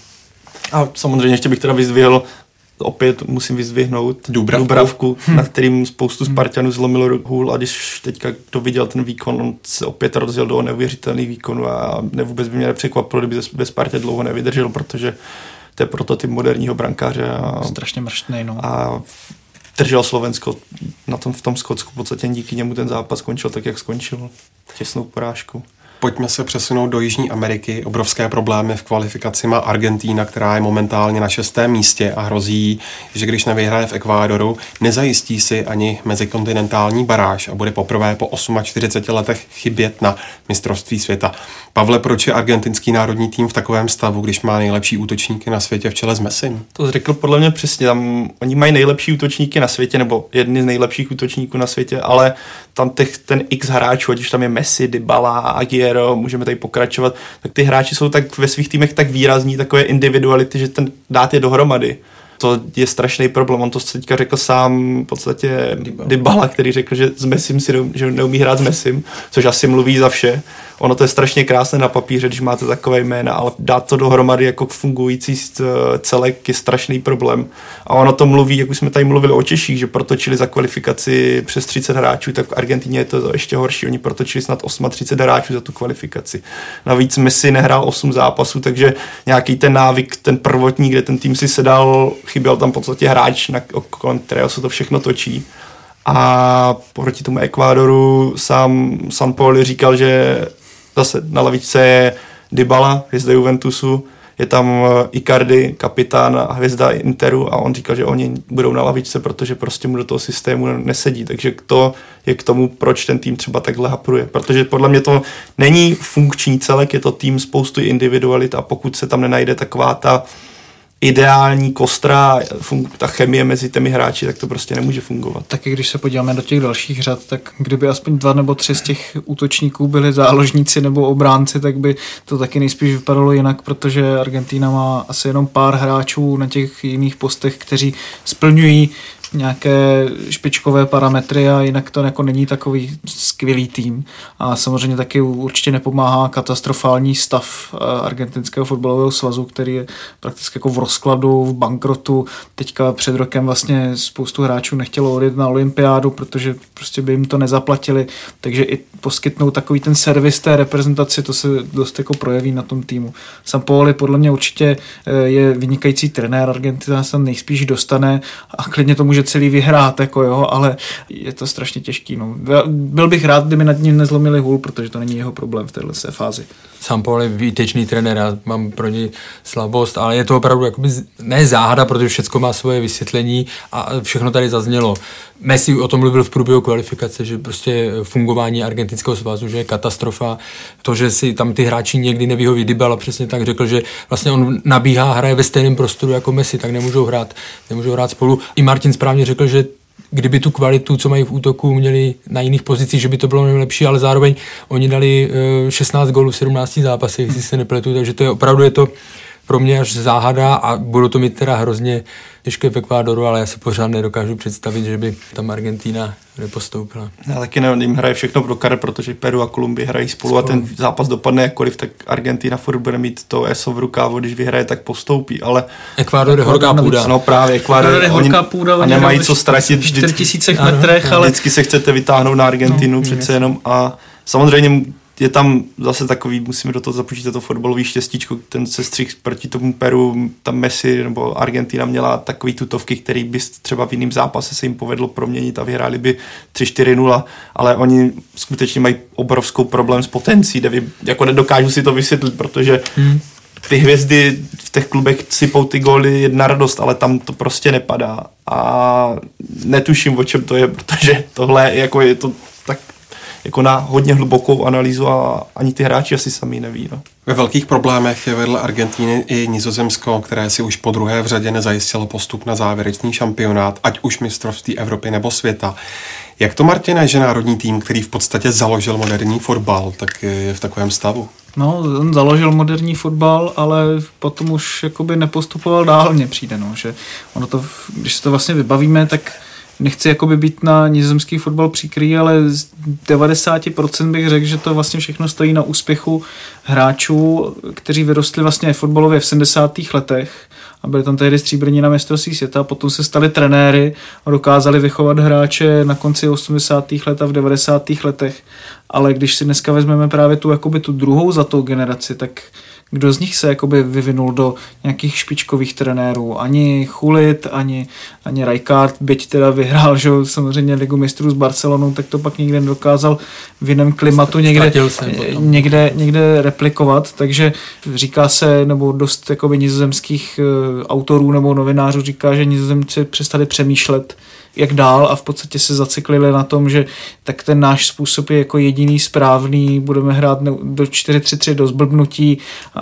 A samozřejmě ještě bych teda vyzdvihl, opět musím vyzdvihnout Dubravku, Dubravku hm. na kterým spoustu Spartanů zlomilo hůl a když teďka to viděl ten výkon, on se opět rozjel do neuvěřitelných výkonů a ne, vůbec by mě nepřekvapilo, kdyby ve Spartě dlouho nevydržel, protože to je prototyp moderního brankáře. A, strašně mrštnej, no. A držel Slovensko na tom, v tom Skotsku, v podstatě díky němu ten zápas skončil tak, jak skončil. Těsnou porážku. Pojďme se přesunout do Jižní Ameriky. Obrovské problémy v kvalifikaci má Argentína, která je momentálně na šestém místě a hrozí, že když nevyhraje v Ekvádoru, nezajistí si ani mezikontinentální baráž a bude poprvé po čtyřiceti osmi letech chybět na mistrovství světa. Pavle, proč je argentinský národní tým v takovém stavu, když má nejlepší útočníky na světě v čele s Messim? To řekl podle mě přesně. Tam, oni mají nejlepší útočníky na světě, nebo jedny z nejlepších útočníků na světě, ale tam těch, ten x hráčů, ať už tam je Messi, Dybala, Aguero, můžeme tady pokračovat, tak ty hráči jsou tak ve svých týmech tak výrazní, takové individuality, že ten dát je dohromady. To je strašný problém. On to teďka řekl sám v podstatě Dybala, Dybala který řekl, že s Messim si neumí, že neumí hrát s Messim, což asi mluví za vše. Ono to je strašně krásné na papíře, když máte takové jména, ale dát to dohromady jako fungující celek je strašný problém. A ono to mluví, jak už jsme tady mluvili o Češích, že protočili za kvalifikaci přes třicet hráčů, tak v Argentině je to ještě horší. Oni protočili snad třicet osm hráčů za tu kvalifikaci. Navíc Messi nehrál osm zápasů, takže nějaký ten návyk, ten prvotní, kde ten tým si sedal, chyběl tam v podstatě hráč, na, kolem kterého se to všechno točí. A proti tomu Ekvádoru sám Sampaoli říkal, že zase na lavičce je Dybala, hvězda Juventusu, je tam Icardi, kapitán a hvězda Interu a on říkal, že oni budou na lavičce, protože prostě mu do toho systému nesedí. Takže to je k tomu, proč ten tým třeba takhle hapruje. Protože podle mě to není funkční celek, je to tým spoustu individualit a pokud se tam nenajde taková ta ideální kostra, fun- ta chemie mezi těmi hráči, tak to prostě nemůže fungovat. Taky když se podíváme do těch dalších řad, tak kdyby aspoň dva nebo tři z těch útočníků byli záložníci nebo obránci, tak by to taky nejspíš vypadalo jinak, protože Argentina má asi jenom pár hráčů na těch jiných postech, kteří splňují nějaké špičkové parametry a jinak to jako není takový skvělý tým. A samozřejmě taky určitě nepomáhá katastrofální stav argentinského fotbalového svazu, který je prakticky jako v rozkladu, v bankrotu. Teďka před rokem vlastně spoustu hráčů nechtělo odjet na olympiádu, protože prostě by jim to nezaplatili, takže i poskytnout takový ten servis té reprezentaci, to se dost jako projeví na tom týmu. Sampaoli podle mě určitě je vynikající trenér, Argentina se tam nejspíš dostane a klidně to může celý vyhrát, jako jo, ale je to strašně těžký. No. Byl bych rád, kdyby nad ním nezlomili hůl, protože to není jeho problém v téhle fázi. Sampaoli je výtečný trenér, já mám pro něj slabost, ale je to opravdu jakoby ne záhada, protože všechno má svoje vysvětlení a všechno tady zaznělo. Messi o tom mluvil v průběhu kvalifikace, že prostě fungování argentinského svazu, že je katastrofa. To, že si tam ty hráči někdy nevyhoví, Dybala přesně tak řekl, že vlastně on nabíhá, hraje ve stejném prostoru jako Messi, tak nemůžou hrát, nemůžou hrát spolu. I Martin správně řekl, že kdyby tu kvalitu, co mají v útoku, měli na jiných pozicích, že by to bylo nejlepší, ale zároveň oni dali šestnáct gólů v sedmnácti zápasech, jestli se nepletu, takže to je opravdu je to pro mě až záhada a budou to mít teda hrozně těžké v Ekvádoru, ale já si pořád nedokážu představit, že by tam Argentina nepostoupila. Já taky ne, jim hraje všechno do karet, protože Peru a Kolumbie hrají spolu, spolu a ten zápas dopadne jakkoliv, tak Argentina furt bude mít to eso v rukávu, když vyhraje, tak postoupí, ale Ekvádor je horká půda. No právě, Ekvádor je horká půda, a nemají co ztratit. čtyři tisíce metrech, ale vždycky se chcete vytáhnout na Argentinu no, přece jenom a samozřejmě je tam zase takový, musíme do toho započítat to fotbalový štěstíčko, ten sestřih proti tomu Peru, tam Messi nebo Argentina měla takový tutovky, který by třeba v jiném zápase se jim povedlo proměnit a vyhráli by tři čtyři nula, ale oni skutečně mají obrovskou problém s potencí, kde vy, jako nedokážu si to vysvětlit, protože hmm. ty hvězdy v těch klubech sypou ty góly, jedna radost, ale tam to prostě nepadá a netuším, o čem to je, protože tohle jako je to tak jako na hodně hlubokou analýzu a ani ty hráči asi sami neví. No. Ve velkých problémech je vedle Argentiny i Nizozemsko, které si už po druhé v řadě nezajistilo postup na závěrečný šampionát, ať už mistrovství Evropy nebo světa. Jak to, Martine, že národní tým, který v podstatě založil moderní fotbal, tak je v takovém stavu? No, on založil moderní fotbal, ale potom už jakoby nepostupoval dál, mně přijde, no, že ono to, když se to vlastně vybavíme, tak nechci jakoby být na nizozemský fotbal příkrý, ale z devadesát procent bych řekl, že to vlastně všechno stojí na úspěchu hráčů, kteří vyrostli vlastně fotbalově v sedmdesátých letech a byli tam tehdy stříbrní na mistrovství světa, potom se stali trenéry a dokázali vychovat hráče na konci osmdesátých let a v devadesátých letech. Ale když si dneska vezmeme právě tu, jakoby tu druhou za tou generaci, tak kdo z nich se jakoby vyvinul do nějakých špičkových trenérů? Ani Chulit, ani, ani Rijkaard, byť teda vyhrál, že samozřejmě Ligu mistrů s Barcelonou, tak to pak nikdy nedokázal v jiném klimatu někde, někde, někde replikovat, takže říká se, nebo dost jakoby nizozemských autorů nebo novinářů říká, že Nizozemci přestali přemýšlet, jak dál a v podstatě se zacyklili na tom, že tak ten náš způsob je jako jediný správný, budeme hrát do čtyři tři tři do zblbnutí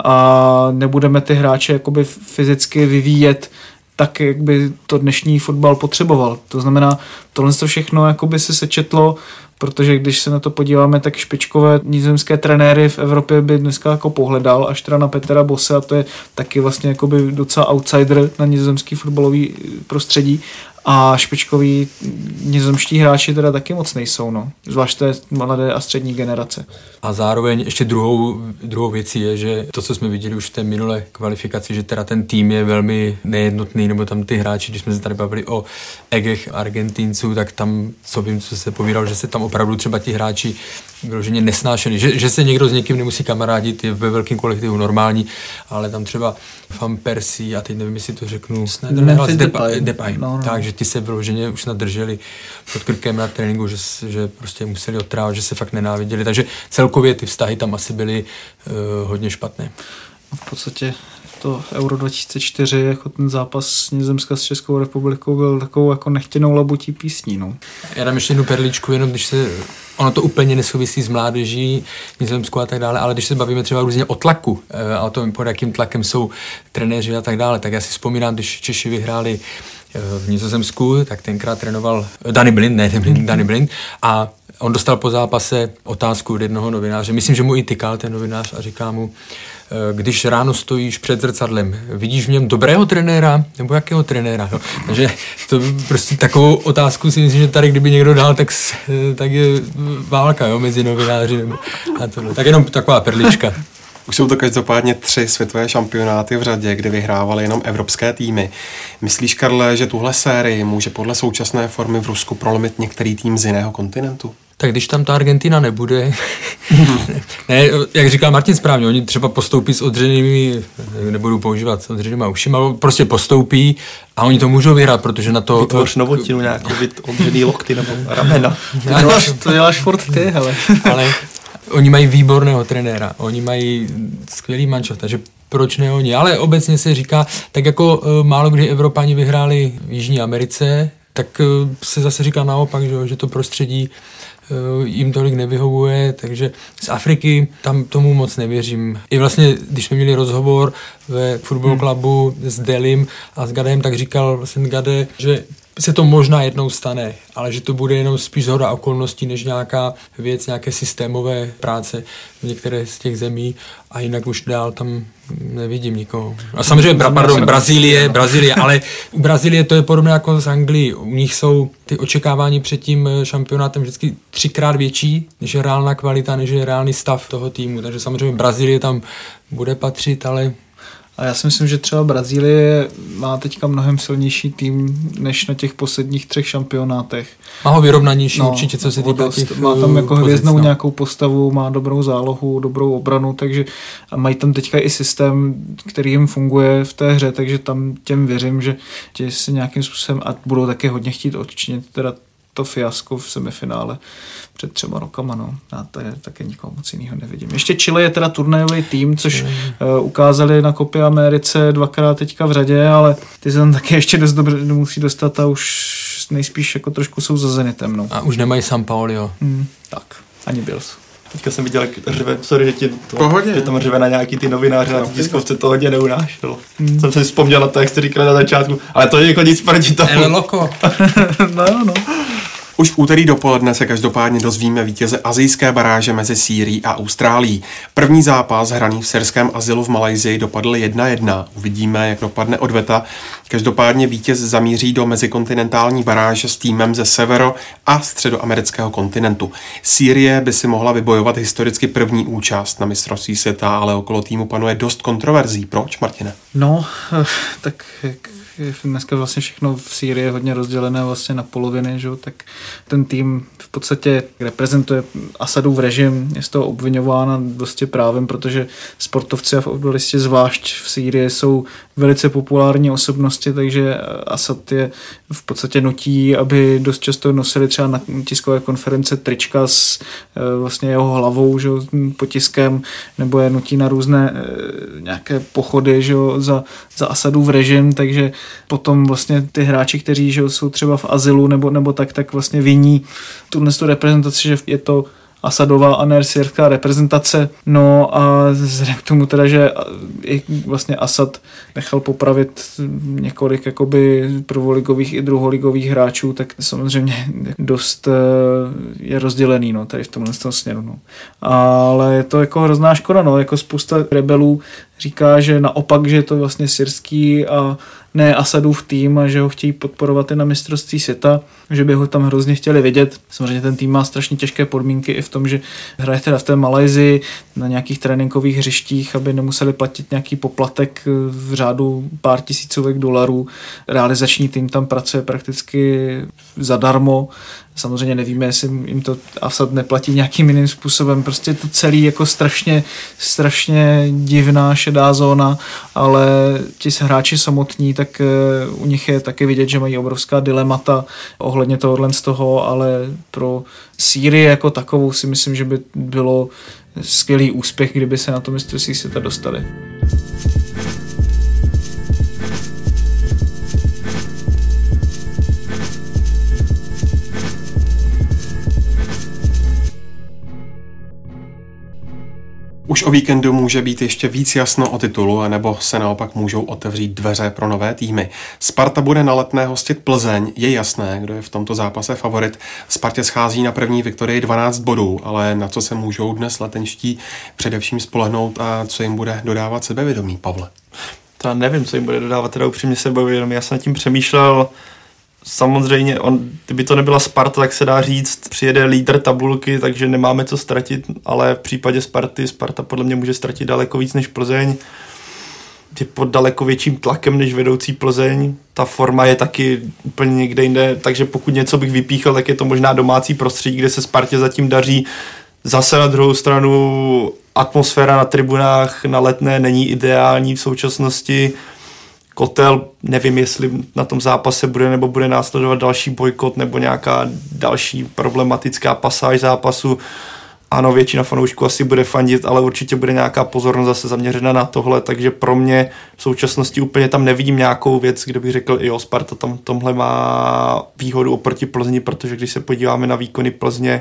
a nebudeme ty hráče jakoby fyzicky vyvíjet tak, jak by to dnešní fotbal potřeboval. To znamená, tohle to všechno jakoby se sečetlo, protože když se na to podíváme, tak špičkové nizozemské trenéry v Evropě by dneska jako pohledal, až teda na Petra Bosse, a to je taky vlastně jakoby docela outsider na nizozemský fotbalový prostředí. A špičkoví nizozemští hráči teda taky moc nejsou, no. Zvlášť té mladé a střední generace. A zároveň ještě druhou, druhou věcí je, že to, co jsme viděli už v té minulé kvalifikaci, že teda ten tým je velmi nejednotný, nebo tam ty hráči, když jsme se tady bavili o egech Argentinců, tak tam, co vím, co se povídal, že se tam opravdu třeba ti hráči vyloženě nesnášeli, že, že se někdo s někým nemusí kamarádit, je ve velkém kolektivu normální, ale tam třeba Van Persie, a teď nevím, jestli to řeknu, Depay, Depay, Depay. No, no. Takže ti se vyloženě už snad drželi pod krkem na tréninku, že, že prostě museli odtrávat, že se fakt nenáviděli, takže celkově ty vztahy tam asi byly uh, hodně špatné. V podstatě to Euro dva tisíce čtyři, jako ten zápas Nizozemska s Českou republikou byl takovou jako nechtěnou labutí písní. No. Já dám ještě jednu perličku, jenom když se ono to úplně nesouvisí s mládeží, Nizozemsku a tak dále, ale když se bavíme třeba různě o tlaku a o tom, pod jakým tlakem jsou trenéři a tak dále, tak já si vzpomínám, když Češi vyhráli v Nizozemsku, tak tenkrát trénoval Danny Blind, ne Blind, Danny Blind a on dostal po zápase otázku od jednoho novináře, myslím, že mu i tykal ten novinář a říká mu, když ráno stojíš před zrcadlem, vidíš v něm dobrého trenéra nebo jakého trenéra? No, takže to prostě takovou otázku si myslím, že tady kdyby někdo dal, tak, tak je válka, jo, mezi novináři nebo a tohle. Tak jenom taková perlička. Už jsou to každopádně tři světové šampionáty v řadě, kdy vyhrávaly jenom evropské týmy. Myslíš, Karle, že tuhle sérii může podle současné formy v Rusku prolomit některý tým z jiného kontinentu? Tak když tam ta Argentina nebude, ne, jak říká Martin správně, oni třeba postoupí s odřenými, nebudu používat s odřenýma ušima, prostě postoupí a oni to můžou vyhrát, protože na to... Vytvoř novotinu nějakou, byt odřený lokty nebo ramena. To děláš, to děláš furt ty, hele. Ale oni mají výborného trenéra, oni mají skvělý manšaft, takže proč ne oni? Ale obecně se říká, tak jako uh, málo kdy Evropani vyhráli v Jižní Americe, tak uh, se zase říká naopak, že, že to prostředí uh, jim tolik nevyhovuje, takže z Afriky tam tomu moc nevěřím. I vlastně, když jsme měli rozhovor ve Football Clubu hmm. s Delim a s Gadem, tak říkal vlastně Gade, že se to možná jednou stane, ale že to bude jenom spíš shoda okolností, než nějaká věc, nějaké systémové práce v některé z těch zemí a jinak už dál tam nevidím nikoho. A samozřejmě, bra, pardon, Brazílie, Brazílie, ale u Brazílie to je podobné jako z Anglii. U nich jsou ty očekávání před tím šampionátem vždycky třikrát větší, než je reálná kvalita, než je reálný stav toho týmu. Takže samozřejmě Brazílie tam bude patřit, ale... A já si myslím, že třeba Brazílie má teďka mnohem silnější tým, než na těch posledních třech šampionátech. Má ho vyrovnanější no, určitě, co se týká těch má tam jako pozic, hvězdnou no. nějakou postavu, má dobrou zálohu, dobrou obranu, takže a mají tam teďka i systém, který jim funguje v té hře, takže tam těm věřím, že tě si nějakým způsobem a budou taky hodně chtít odčinit teda to fiasko v semifinále před třema rokama, no. Já tady také nikoho moc jiného nevidím. Ještě Chile je teda turnajový tým, což uh, ukázali na Kopě Americe dvakrát teďka v řadě, ale ty se tam taky ještě dost dobře musí dostat a už nejspíš jako trošku jsou za Zenitem, no. A už nemají Sampaolio. Hmm, tak, ani Bills. Teďka jsem viděl, jak řve, sorry, že, ti to, že tam řve na nějaký ty novináře na tiskovce, to hodně neunášelo. Hmm. Jsem si vzpomněl na to, jak jste říkali na začátku, ale to je jako nic proti tomu. El Loco. no jo, no. Už v úterý dopoledne se každopádně dozvíme vítěze asijské baráže mezi Sýrií a Austrálií. První zápas hraný v syrském azylu v Malajsii dopadl jedna jedna. Uvidíme, jak dopadne odveta. Každopádně vítěz zamíří do mezikontinentální baráže s týmem ze severo- a středoamerického kontinentu. Sýrie by si mohla vybojovat historicky první účast na mistrovství světa, ale okolo týmu panuje dost kontroverzí. Proč, Martine? No, tak... Dneska vlastně všechno v Sýrii je hodně rozdělené vlastně na poloviny, že? Tak ten tým v podstatě reprezentuje Asadův režim, je z toho obviňována dosti právem, protože sportovci a fotbalisti zvlášť v Sýrii jsou velice populární osobnosti, takže Asad je v podstatě nutí, aby dost často nosili třeba na tiskové konference trička s vlastně jeho hlavou, že? Potiskem, nebo je nutí na různé nějaké pochody, že? Za, za Asadův režim, takže potom vlastně ty hráči, kteří že jsou třeba v azylu nebo, nebo tak, tak vlastně viní tuhle reprezentaci, že je to Asadová a ne syrská reprezentace. No a vzhledem k tomu teda, že i vlastně Asad nechal popravit několik jakoby prvoligových i druholigových hráčů, tak samozřejmě dost je rozdělený, no, tady v tomhle směru, no. Ale je to jako hrozná škoda, no, jako spousta rebelů říká, že naopak, že je to vlastně syrský a ne Asadův tým a že ho chtějí podporovat i na mistrovství světa, že by ho tam hrozně chtěli vidět. Samozřejmě ten tým má strašně těžké podmínky i v tom, že hraje teda v té Malajsii na nějakých tréninkových hřištích, aby nemuseli platit nějaký poplatek v řádu pár tisícovek dolarů. Realizační tým tam pracuje prakticky zadarmo. Samozřejmě nevíme, jestli jim to Asad neplatí nějakým jiným způsobem. Prostě to celý jako strašně, strašně divná šedá zóna, ale ti hráči samotní, tak u nich je taky vidět, že mají obrovská dilemata ohledně tohohle z toho, ale pro Sýrii jako takovou si myslím, že by bylo skvělý úspěch, kdyby se na to mistrovství světa dostali. Už o víkendu může být ještě víc jasno o titulu, anebo se naopak můžou otevřít dveře pro nové týmy. Sparta bude na Letné hostit Plzeň, je jasné, kdo je v tomto zápase favorit. Spartě schází na první viktorii dvanáct bodů, ale na co se můžou dnes letenští především spolehnout a co jim bude dodávat sebevědomí, Pavle? To nevím, co jim bude dodávat teda upřímně sebevědomí. Já jsem nad tím přemýšlel. Samozřejmě, on, kdyby to nebyla Sparta, tak se dá říct, přijede lídr tabulky, takže nemáme co ztratit, ale v případě Sparty, Sparta podle mě může ztratit daleko víc než Plzeň. Je pod daleko větším tlakem než vedoucí Plzeň. Ta forma je taky úplně někde jinde, takže pokud něco bych vypíchl, tak je to možná domácí prostředí, kde se Spartě zatím daří. Zase na druhou stranu atmosféra na tribunách na Letné není ideální v současnosti. Kotel, nevím, jestli na tom zápase bude nebo bude následovat další bojkot nebo nějaká další problematická pasáž zápasu. Ano, většina fanoušků asi bude fandit, ale určitě bude nějaká pozornost zase zaměřena na tohle, takže pro mě v současnosti úplně tam nevidím nějakou věc, kde bych řekl, jo, Sparta tam tomhle má výhodu oproti Plzni, protože když se podíváme na výkony Plzně,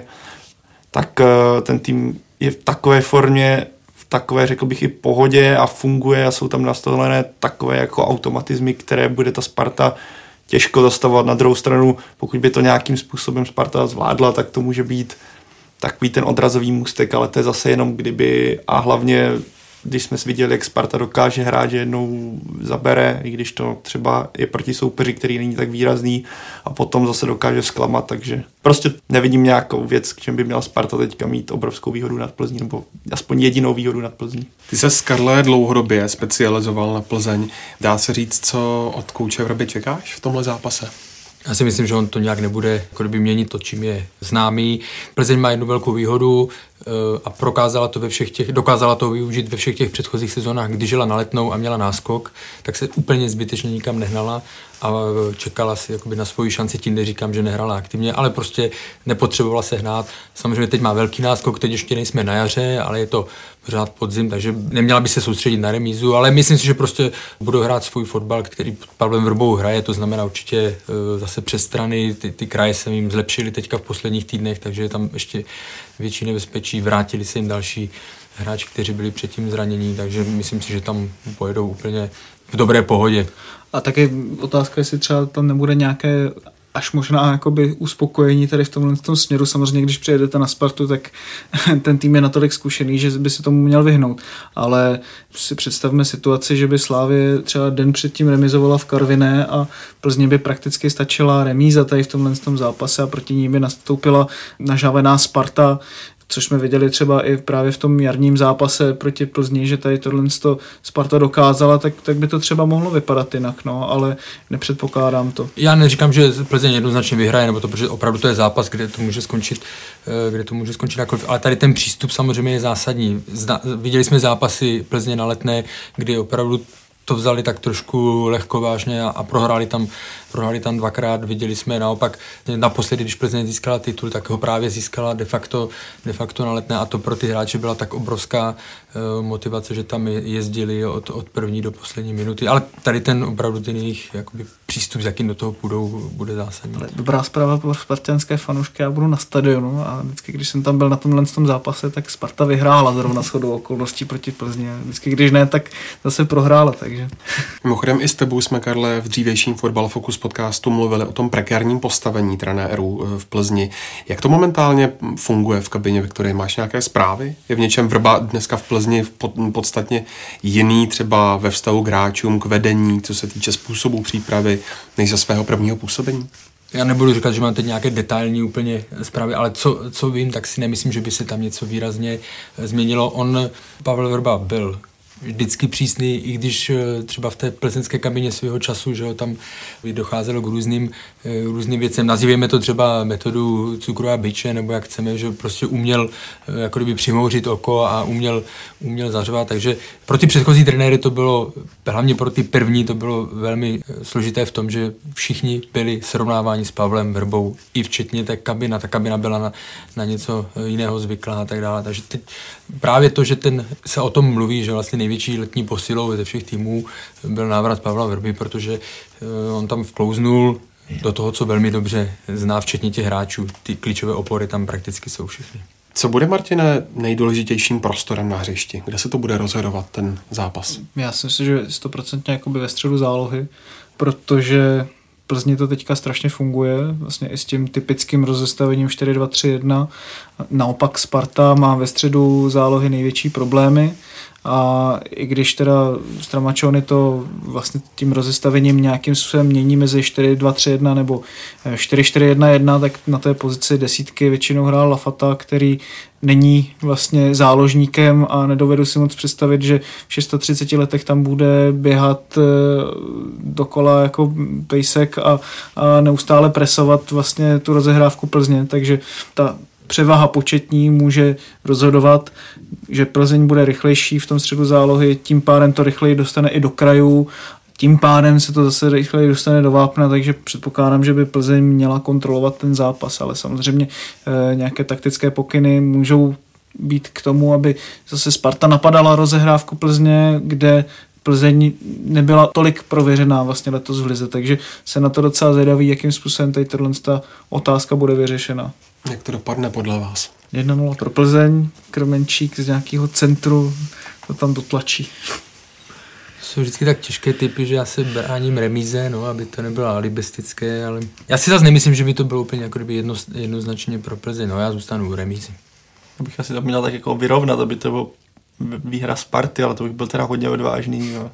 tak ten tým je v takové formě, takové, řekl bych, i pohodě a funguje a jsou tam nastavené takové jako automatizmy, které bude ta Sparta těžko zastavovat. Na druhou stranu, pokud by to nějakým způsobem Sparta zvládla, tak to může být takový ten odrazový můstek, ale to je zase jenom kdyby a hlavně, když jsme viděli, jak Sparta dokáže hrát, že jednou zabere, i když to třeba je proti soupeři, který není tak výrazný a potom zase dokáže zklamat, takže prostě nevidím nějakou věc, k čem by měla Sparta teďka mít obrovskou výhodu nad Plzní, nebo aspoň jedinou výhodu nad Plzní. Ty se, Karle, dlouhodobě specializoval na Plzeň. Dá se říct, co od kouče Vrby čekáš v tomhle zápase? Já si myslím, že on to nějak nebude jako kdyby měnit to, čím je známý. Plzeň má jednu velkou výhodu a prokázala to ve všech těch, dokázala to využít ve všech těch předchozích sezónách, když jela na Letnou a měla náskok, tak se úplně zbytečně nikam nehnala a čekala si jakoby na svoji šanci, tím neříkám, že nehrála aktivně, ale prostě nepotřebovala se hnát. Samozřejmě teď má velký náskok, teď ještě nejsme na jaře, ale je to pořád podzim, takže neměla by se soustředit na remízu, ale myslím si, že prostě budou hrát svůj fotbal, který pod Pavlem Vrbou hraje, to znamená určitě zase přes strany, ty, ty kraje se jim zlepšily teďka v posledních týdnech, takže je tam ještě větší nebezpečí, vrátili se jim další hráči, kteří byli předtím zranění, takže myslím si, že tam pojedou úplně v dobré pohodě. A taky otázka, jestli třeba tam nebude nějaké až možná jakoby uspokojení tady v tomhle tom směru. Samozřejmě, když přijedete na Spartu, tak ten tým je natolik zkušený, že by se tomu měl vyhnout. Ale si představme situaci, že by Slavie třeba den předtím remizovala v Karviné a Plzně by prakticky stačila remíza tady v tomhle tom zápase a proti ní by nastoupila nažávená Sparta, což jsme viděli třeba i právě v tom jarním zápase proti Plzni, že tady tohle Sparta dokázala, tak, tak by to třeba mohlo vypadat jinak, no, ale nepředpokládám to. Já neříkám, že Plzeň jednoznačně vyhraje, nebo to, protože opravdu to je zápas, kde to může skončit, kde to může skončit jakkoliv, ale tady ten přístup samozřejmě je zásadní. Zda, viděli jsme zápasy Plzně na Letné, kdy opravdu to vzali tak trošku lehkovážně a, a prohráli tam, prohráli tam dvakrát. Viděli jsme naopak naposledy, když Plzeň získala titul, tak ho právě získala de facto, de facto na Letné a to pro ty hráče byla tak obrovská uh, motivace, že tam jezdili od, od první do poslední minuty. Ale tady ten opravdu ten jejich jakoby, přístup, s jakým do toho půjdou, bude zásadní. Ale dobrá zpráva pro spartanské fanoušky, já budu na stadionu a vždycky, když jsem tam byl na tomhle tom zápase, tak Sparta vyhrála zrovna shodou okolností proti Plzni. Vždycky, když ne, tak zase prohrála, takže. Mimochodem i s tebou jsme, Karle, v dřívějším Fotbal Focus podcastu mluvili o tom prekérním postavení trenérů v Plzni. Jak to momentálně funguje v kabině Viktorie? Máš nějaké zprávy? Je v něčem Vrba dneska v Plzni podstatně jiný, třeba ve vztahu k hráčům, k vedení, co se týče způsobu přípravy, než za svého prvního působení? Já nebudu říkat, že mám teď nějaké detailní úplně zprávy, ale co, co vím, tak si nemyslím, že by se tam něco výrazně změnilo. On, Pavel Vrba, byl vždycky přísný, i když třeba v té plzeňské kabině svého času, že ho tam docházelo k různým, různým věcem. Nazývejme to třeba metodu cukru a biče, nebo jak chceme, že prostě uměl jako kdyby přimouřit oko a uměl, uměl zařvat. Takže pro ty předchozí trenéry to bylo, hlavně pro ty první, to bylo velmi složité v tom, že všichni byli srovnáváni s Pavlem Vrbou, i včetně té kabina. Ta kabina byla na, na něco jiného zvyklá a tak dále. Takže teď právě to, že ten, se o tom mluví, že vlastně největší letní posilou ze všech týmů byl návrat Pavla Vrby, protože on tam vklouznul do toho, co velmi dobře zná, včetně těch hráčů. Ty klíčové opory tam prakticky jsou všechny. Co bude, Martine, nejdůležitějším prostorem na hřišti? Kde se to bude rozhodovat, ten zápas? Já si myslím, že stoprocentně jakoby ve středu zálohy, protože Plzni to teďka strašně funguje, vlastně i s tím typickým rozestavením čtyři dva tři jedna. Naopak Sparta má ve středu zálohy největší problémy a i když teda Stramačony to vlastně tím rozestavením nějakým způsobem mění mezi čtyři dva tři jedna nebo čtyři čtyři jedna jedna, tak na té pozici desítky většinou hrál Lafata, který není vlastně záložníkem a nedovedu si moc představit, že v třiceti šesti letech tam bude běhat dokola jako pejsek a, a neustále presovat vlastně tu rozehrávku Plzně, takže ta převaha početní může rozhodovat, že Plzeň bude rychlejší v tom středu zálohy, tím pádem to rychleji dostane i do krajů, tím pádem se to zase rychleji dostane do vápna, takže předpokládám, že by Plzeň měla kontrolovat ten zápas, ale samozřejmě e, nějaké taktické pokyny můžou být k tomu, aby zase Sparta napadala rozehrávku Plzně, kde Plzeň nebyla tolik prověřená vlastně letos v lize, takže se na to docela zvědaví, jakým způsobem tady ta otázka bude vyřešena. Jak to dopadne podle vás? jedna nula pro Plzeň, Krmenčík z nějakého centru to tam dotlačí. Jsou vždycky tak těžké typy, že já se bráním remíze, no, aby to nebylo alibistické, ale já si zase nemyslím, že by to bylo úplně jako jedno, jednoznačně pro Plzeň, no, já zůstanu u remízy. Já bych asi to měl tak jako vyrovnat, aby to bylo výhra Sparty, ale to bych byl teda hodně odvážný, jo.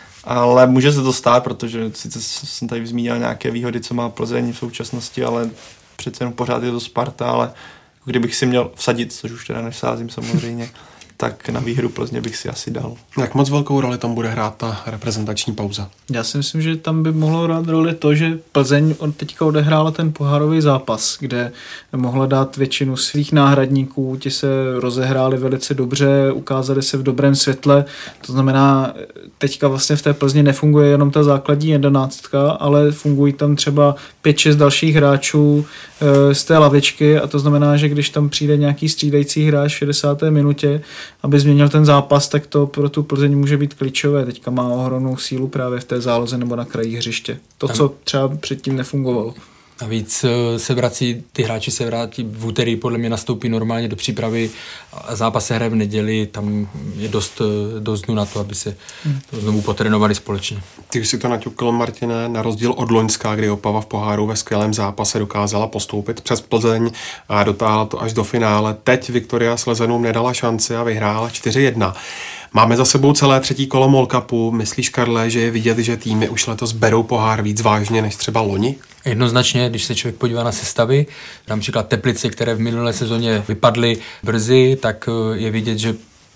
Ale může se to stát, protože sice jsem tady zmínil nějaké výhody, co má Plzeň v současnosti, ale přece jenom pořád je to Sparta, ale kdybych si měl vsadit, což už teda nesázím samozřejmě, tak na výhru Plzně bych si asi dal. Jak moc velkou roli tam bude hrát ta reprezentační pauza? Já si myslím, že tam by mohlo hrát roli to, že Plzeň teďka odehrála ten pohárový zápas, kde mohla dát většinu svých náhradníků, ti se rozehráli velice dobře, ukázali se v dobrém světle, to znamená, teďka vlastně v té Plzni nefunguje jenom ta základní jedenáctka, ale fungují tam třeba pět šest dalších hráčů e, z té lavičky a to znamená, že když tam přijde nějaký střídající hráč v šedesáté minutě, aby změnil ten zápas, tak to pro tu Plzeň může být klíčové. Teďka má ohromnou sílu právě v té záloze nebo na kraji hřiště. To, co třeba předtím nefungovalo. A víc se vrací, ty hráči se vrátí v úterý, podle mě nastoupí normálně do přípravy a zápas se hraje v neděli, tam je dost, dost dnu na to, aby se to znovu potrénovali společně. Ty už si to naťukl, Martine, na rozdíl od loňska, kdy Opava v poháru ve skvělém zápase dokázala postoupit přes Plzeň a dotáhla to až do finále. Teď Viktoria Slezenům nedala šanci a vyhrála čtyři jedna. Máme za sebou celé třetí kolo MOL Cupu. Myslíš, Karle, že je vidět, že týmy už letos berou pohár víc vážně než třeba loni? Jednoznačně, když se člověk podívá na sestavy, například Teplice, které v minulé sezóně vypadly brzy, tak je vidět, že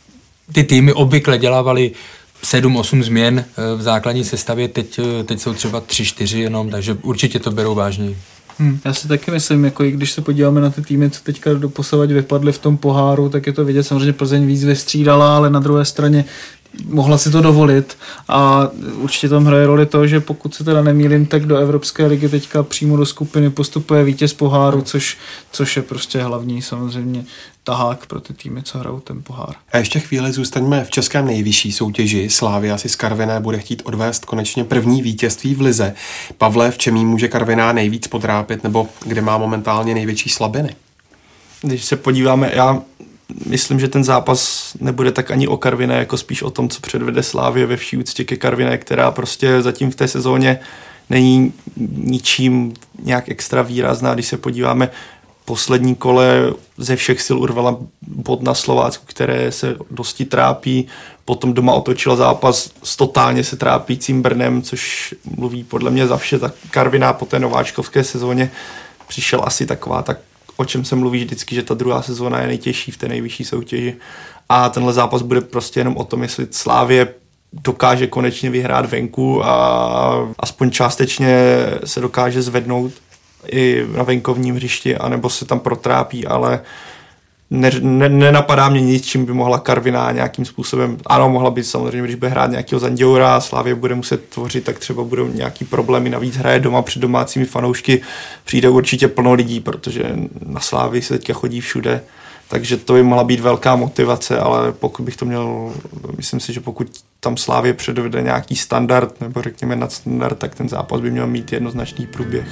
ty týmy obvykle dělávaly sedm osm změn v základní sestavě, teď, teď jsou třeba tři čtyři jenom, takže určitě to berou vážněji. Hmm, já si taky myslím, jako i když se podíváme na ty týmy, co teďka doposavad vypadly v tom poháru, tak je to vidět, samozřejmě Plzeň víc vystřídala, ale na druhé straně mohla si to dovolit a určitě tam hraje roli to, že pokud se teda nemýlím, tak do Evropské ligy teďka přímo do skupiny postupuje vítěz poháru, což, což je prostě hlavní samozřejmě tahák pro ty týmy, co hrajou ten pohár. A ještě chvíli zůstaňme v českém nejvyšší soutěži. Slavia si z Karviné bude chtít odvést konečně první vítězství v lize. Pavle, v čem jí může Karviná nejvíc potrápit, nebo kde má momentálně největší slabiny? Když se podíváme, já myslím, že ten zápas nebude tak ani o Karviné, jako spíš o tom, co předvede Slavie ve vší úctě ke Karviné, která prostě zatím v té sezóně není ničím nějak extra výrazná. Když se podíváme, poslední kole ze všech sil urvala bod na Slovácku, které se dosti trápí, potom doma otočila zápas s totálně se trápícím Brnem, což mluví podle mě za vše. Tak Karviná po té nováčkovské sezóně přišel asi taková, tak o čem se mluví vždycky, že ta druhá sezóna je nejtěžší v té nejvyšší soutěži. A tenhle zápas bude prostě jenom o tom, jestli Slavie dokáže konečně vyhrát venku a aspoň částečně se dokáže zvednout i na venkovním hřišti, anebo se tam protrápí, ale ne, ne, nenapadá mě nic, čím by mohla Karviná nějakým způsobem, ano, mohla by samozřejmě, když bude hrát nějakého Zanděura, Slavie bude muset tvořit, tak třeba budou nějaký problémy, navíc hraje doma před domácími fanoušky, přijde určitě plno lidí, protože na Slavii se teďka chodí všude, takže to by mohla být velká motivace, ale pokud bych to měl, myslím si, že pokud tam Slavie předvede nějaký standard, nebo řekněme nadstandard, tak ten zápas by měl mít jednoznačný průběh.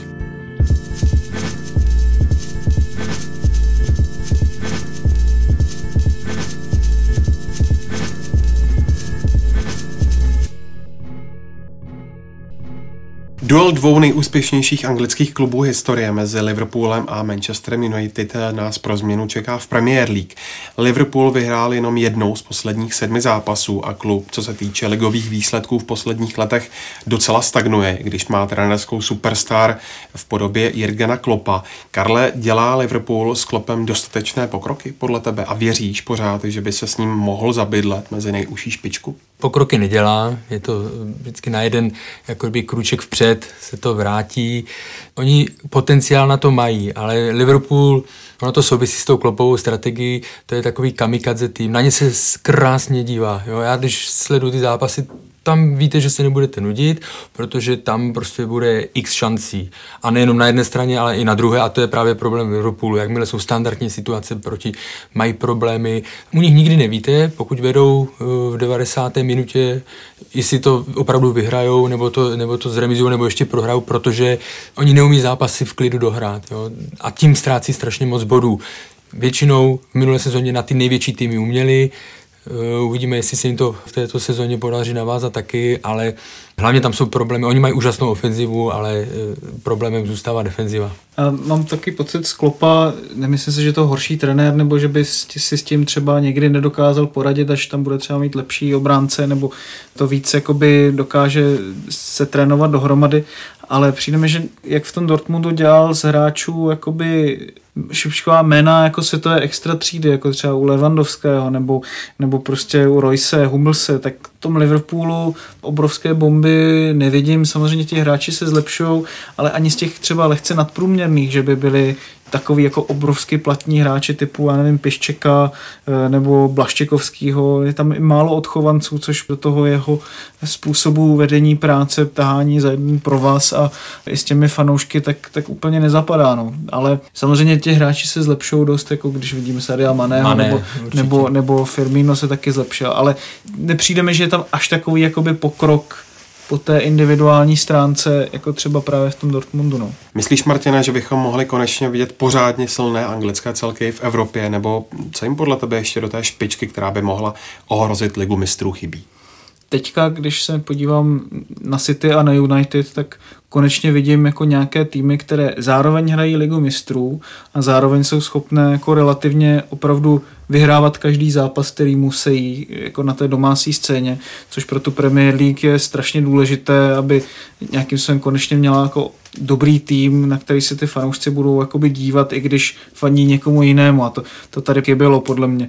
Duel dvou nejúspěšnějších anglických klubů historie mezi Liverpoolem a Manchesterem United nás pro změnu čeká v Premier League. Liverpool vyhrál jenom jednou z posledních sedmi zápasů a klub, co se týče ligových výsledků v posledních letech, docela stagnuje, když má trenérskou superstar v podobě Jurgena Kloppa. Karle, dělá Liverpool s Kloppem dostatečné pokroky podle tebe a věříš pořád, že by se s ním mohl zabydlet mezi nejužší špičku? Pokroky nedělá, je to vždycky na jeden jakoby kruček vpřed se to vrátí. Oni potenciál na to mají, ale Liverpool, ono to souvisí s tou Kloppovou strategií, to je takový kamikadze tým, na ně se krásně dívá. Jo? Já když sleduju ty zápasy, tam víte, že se nebudete nudit, protože tam prostě bude x šancí. A nejenom na jedné straně, ale i na druhé, a to je právě problém Liverpoolu. Jakmile jsou standardní situace proti, mají problémy. U nich nikdy nevíte, pokud vedou v devadesáté minutě, jestli to opravdu vyhrajou, nebo to, nebo to zremizujou, nebo ještě prohrajou, protože oni neumí zápasy v klidu dohrát. Jo? A tím ztrácí strašně moc bodů. Většinou v minulé sezóně na ty největší týmy uměli. Uvidíme, jestli se jim to v této sezóně podaří navázat taky, ale hlavně tam jsou problémy. Oni mají úžasnou ofenzivu, ale problémem zůstává defenziva. A mám taky pocit z Kloppa, nemyslím si, že to horší trenér, nebo že by si s tím třeba někdy nedokázal poradit, až tam bude třeba mít lepší obránce, nebo to víc jakoby dokáže se trénovat dohromady, ale přijde mi, že jak v tom Dortmundu dělal z hráčů jakoby špičková jména jako světové extra třídy, jako třeba u Lewandowského nebo, nebo prostě u Royce, Hummelse, tak v tom Liverpoolu obrovské bomby nevidím. Samozřejmě ti hráči se zlepšujou, ale ani z těch třeba lehce nadprůměrných, že by byli takový jako obrovský platní hráči typu, já nevím, Piščeka nebo Blaščekovskýho. Je tam i málo odchovanců, což do toho jeho způsobu vedení práce, tahání za jeden provaz a i s těmi fanoušky tak, tak úplně nezapadá. No. Ale samozřejmě ti hráči se zlepšou dost, jako když vidíme Sadio Maného, Mané, nebo, nebo, nebo Firmino se taky zlepšil. Ale nepřijde mi, že je tam až takový jakoby pokrok po té individuální stránce, jako třeba právě v tom Dortmundu. No. Myslíš, Martine, že bychom mohli konečně vidět pořádně silné anglické celky v Evropě, nebo co jim podle tebe ještě do té špičky, která by mohla ohrozit Ligu mistrů, chybí? Teďka, když se podívám na City a na United, tak konečně vidím jako nějaké týmy, které zároveň hrají Ligu mistrů a zároveň jsou schopné jako relativně opravdu vyhrávat každý zápas, který musí jako na té domácí scéně, což pro tu Premier League je strašně důležité, aby nějakým způsobem konečně měla jako dobrý tým, na který se ty fanoušci budou jakoby dívat, i když faní někomu jinému, a to, to tady chybělo podle mě.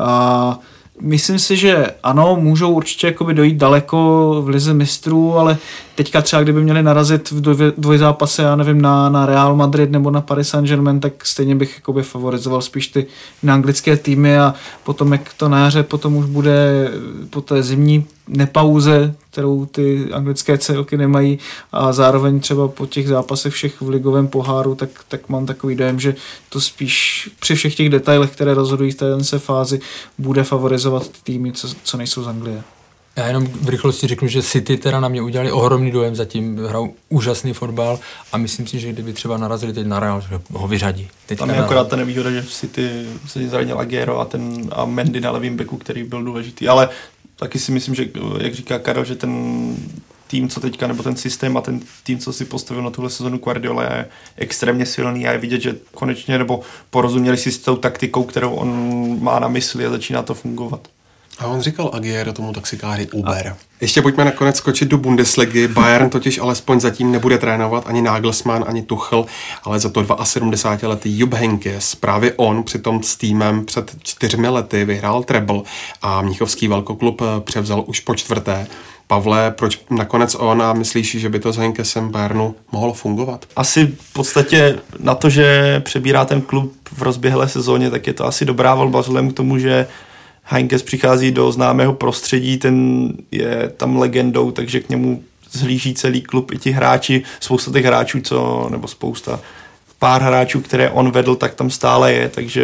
A myslím si, že ano, můžou určitě jakoby dojít daleko v lize mistrů, ale teďka třeba, kdyby měli narazit v dvoj, dvojzápase, já nevím, na, na Real Madrid nebo na Paris Saint-Germain, tak stejně bych jakoby favorizoval spíš ty na anglické týmy a potom, jak to na jaře potom už bude po té zimní nepauze, kterou ty anglické celky nemají, a zároveň třeba po těch zápasech všech v ligovém poháru, tak, tak mám takový dojem, že to spíš při všech těch detailech, které rozhodují v té fázi, bude favorizovat týmy, co, co nejsou z Anglie. Já jenom v rychlosti řeknu, že City teda na mě udělali ohromný dojem, zatím hrajou úžasný fotbal a myslím si, že kdyby třeba narazili teď na Real, že ho vyřadí. Teďka tam je akorát ta nevýhoda, že v City se zranil Aguero a ten a Mendy na levým beku, který byl důležitý, ale taky si myslím, že jak říká Karel, že ten tým, co teďka, nebo ten systém a ten tým, co si postavil na tuhle sezonu Guardiola, je extrémně silný a je vidět, že konečně nebo porozuměli si s tou taktikou, kterou on má na mysli a začíná to fungovat. A on říkal Aguero tomu taxikáři Uber. A ještě pojďme nakonec skočit do Bundesligy. Bayern totiž alespoň zatím nebude trénovat ani Nagelsmann, ani Tuchel, ale za to sedmdesátidvouletý Jupp Heynckes. Právě on přitom s týmem před čtyřmi lety vyhrál treble a mnichovský velkoklub převzal už po čtvrté. Pavle, proč nakonec on a myslíš, že by to s Heinkesem Bayernu mohlo fungovat? Asi v podstatě na to, že přebírá ten klub v rozběhlé sezóně, tak je to asi dobrá volba vzhledem k tomu, že Heinkes přichází do známého prostředí, ten je tam legendou, takže k němu zhlíží celý klub i ti hráči, spousta těch hráčů, co, nebo spousta, pár hráčů, které on vedl, tak tam stále je, takže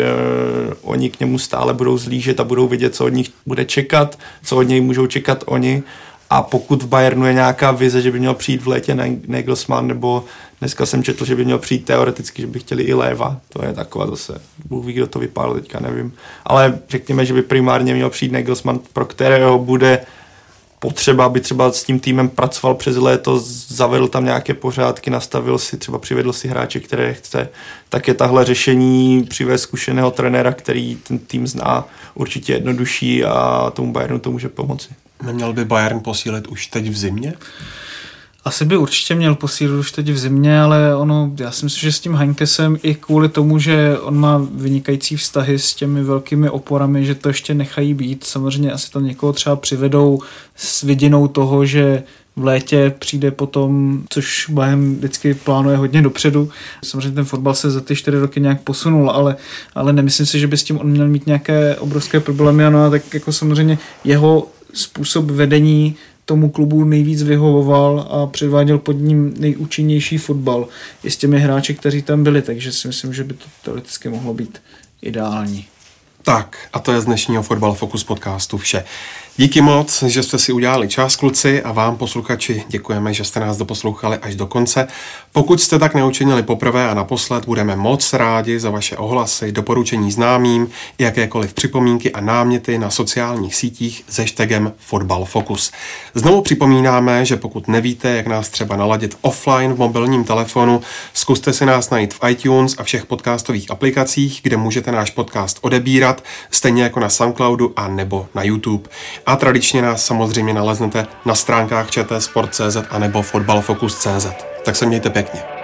oni k němu stále budou zhlížet a budou vědět, co od nich bude čekat, co od něj můžou čekat oni. A pokud v Bayernu je nějaká vize, že by měl přijít v létě Nagelsmann, nebo dneska jsem četl, že by měl přijít teoreticky, že by chtěli i Léva, to je taková zase, Bůh ví, kdo to vypadal teďka, nevím. Ale řekněme, že by primárně měl přijít Nagelsmann, pro kterého bude potřeba, aby třeba s tím týmem pracoval přes léto, zavedl tam nějaké pořádky, nastavil si, třeba přivedl si hráče, které chce, tak je tahle řešení přivést zkušeného trenéra, který ten tým zná, určitě jednodušší a tomu Bayernu to může pomoci. Neměl by Bayern posílit už teď v zimě? Asi by určitě měl posílit už teď v zimě, ale ono, já si myslím, že s tím Heinkesem i kvůli tomu, že on má vynikající vztahy s těmi velkými oporami, že to ještě nechají být. Samozřejmě asi tam někoho třeba přivedou s vidinou toho, že v létě přijde potom, což Bayern vždycky plánuje hodně dopředu. Samozřejmě ten fotbal se za ty čtyři roky nějak posunul, ale, ale nemyslím si, že by s tím on měl mít nějaké obrovské problémy. Ano, a tak jako samozřejmě jeho způsob vedení tomu klubu nejvíc vyhovoval a předváděl pod ním nejúčinnější fotbal i s těmi hráči, kteří tam byli, takže si myslím, že by to teoreticky mohlo být ideální. Tak, a to je z dnešního Fotbal Focus podcastu vše. Díky moc, že jste si udělali čas, kluci, a vám, posluchači, děkujeme, že jste nás doposlouchali až do konce. Pokud jste tak neučinili poprvé a naposled, budeme moc rádi za vaše ohlasy, doporučení známým, jakékoliv připomínky a náměty na sociálních sítích s hashtagem Fotbal Focus. Znovu připomínáme, že pokud nevíte, jak nás třeba naladit offline v mobilním telefonu, zkuste si nás najít v iTunes a všech podcastových aplikacích, kde můžete náš podcast odebírat, stejně jako na Soundcloudu a nebo na YouTube. A tradičně nás samozřejmě naleznete na stránkách čtsport tečka cz a nebo fotbalfocus tečka cz. Tak se mějte pěkně.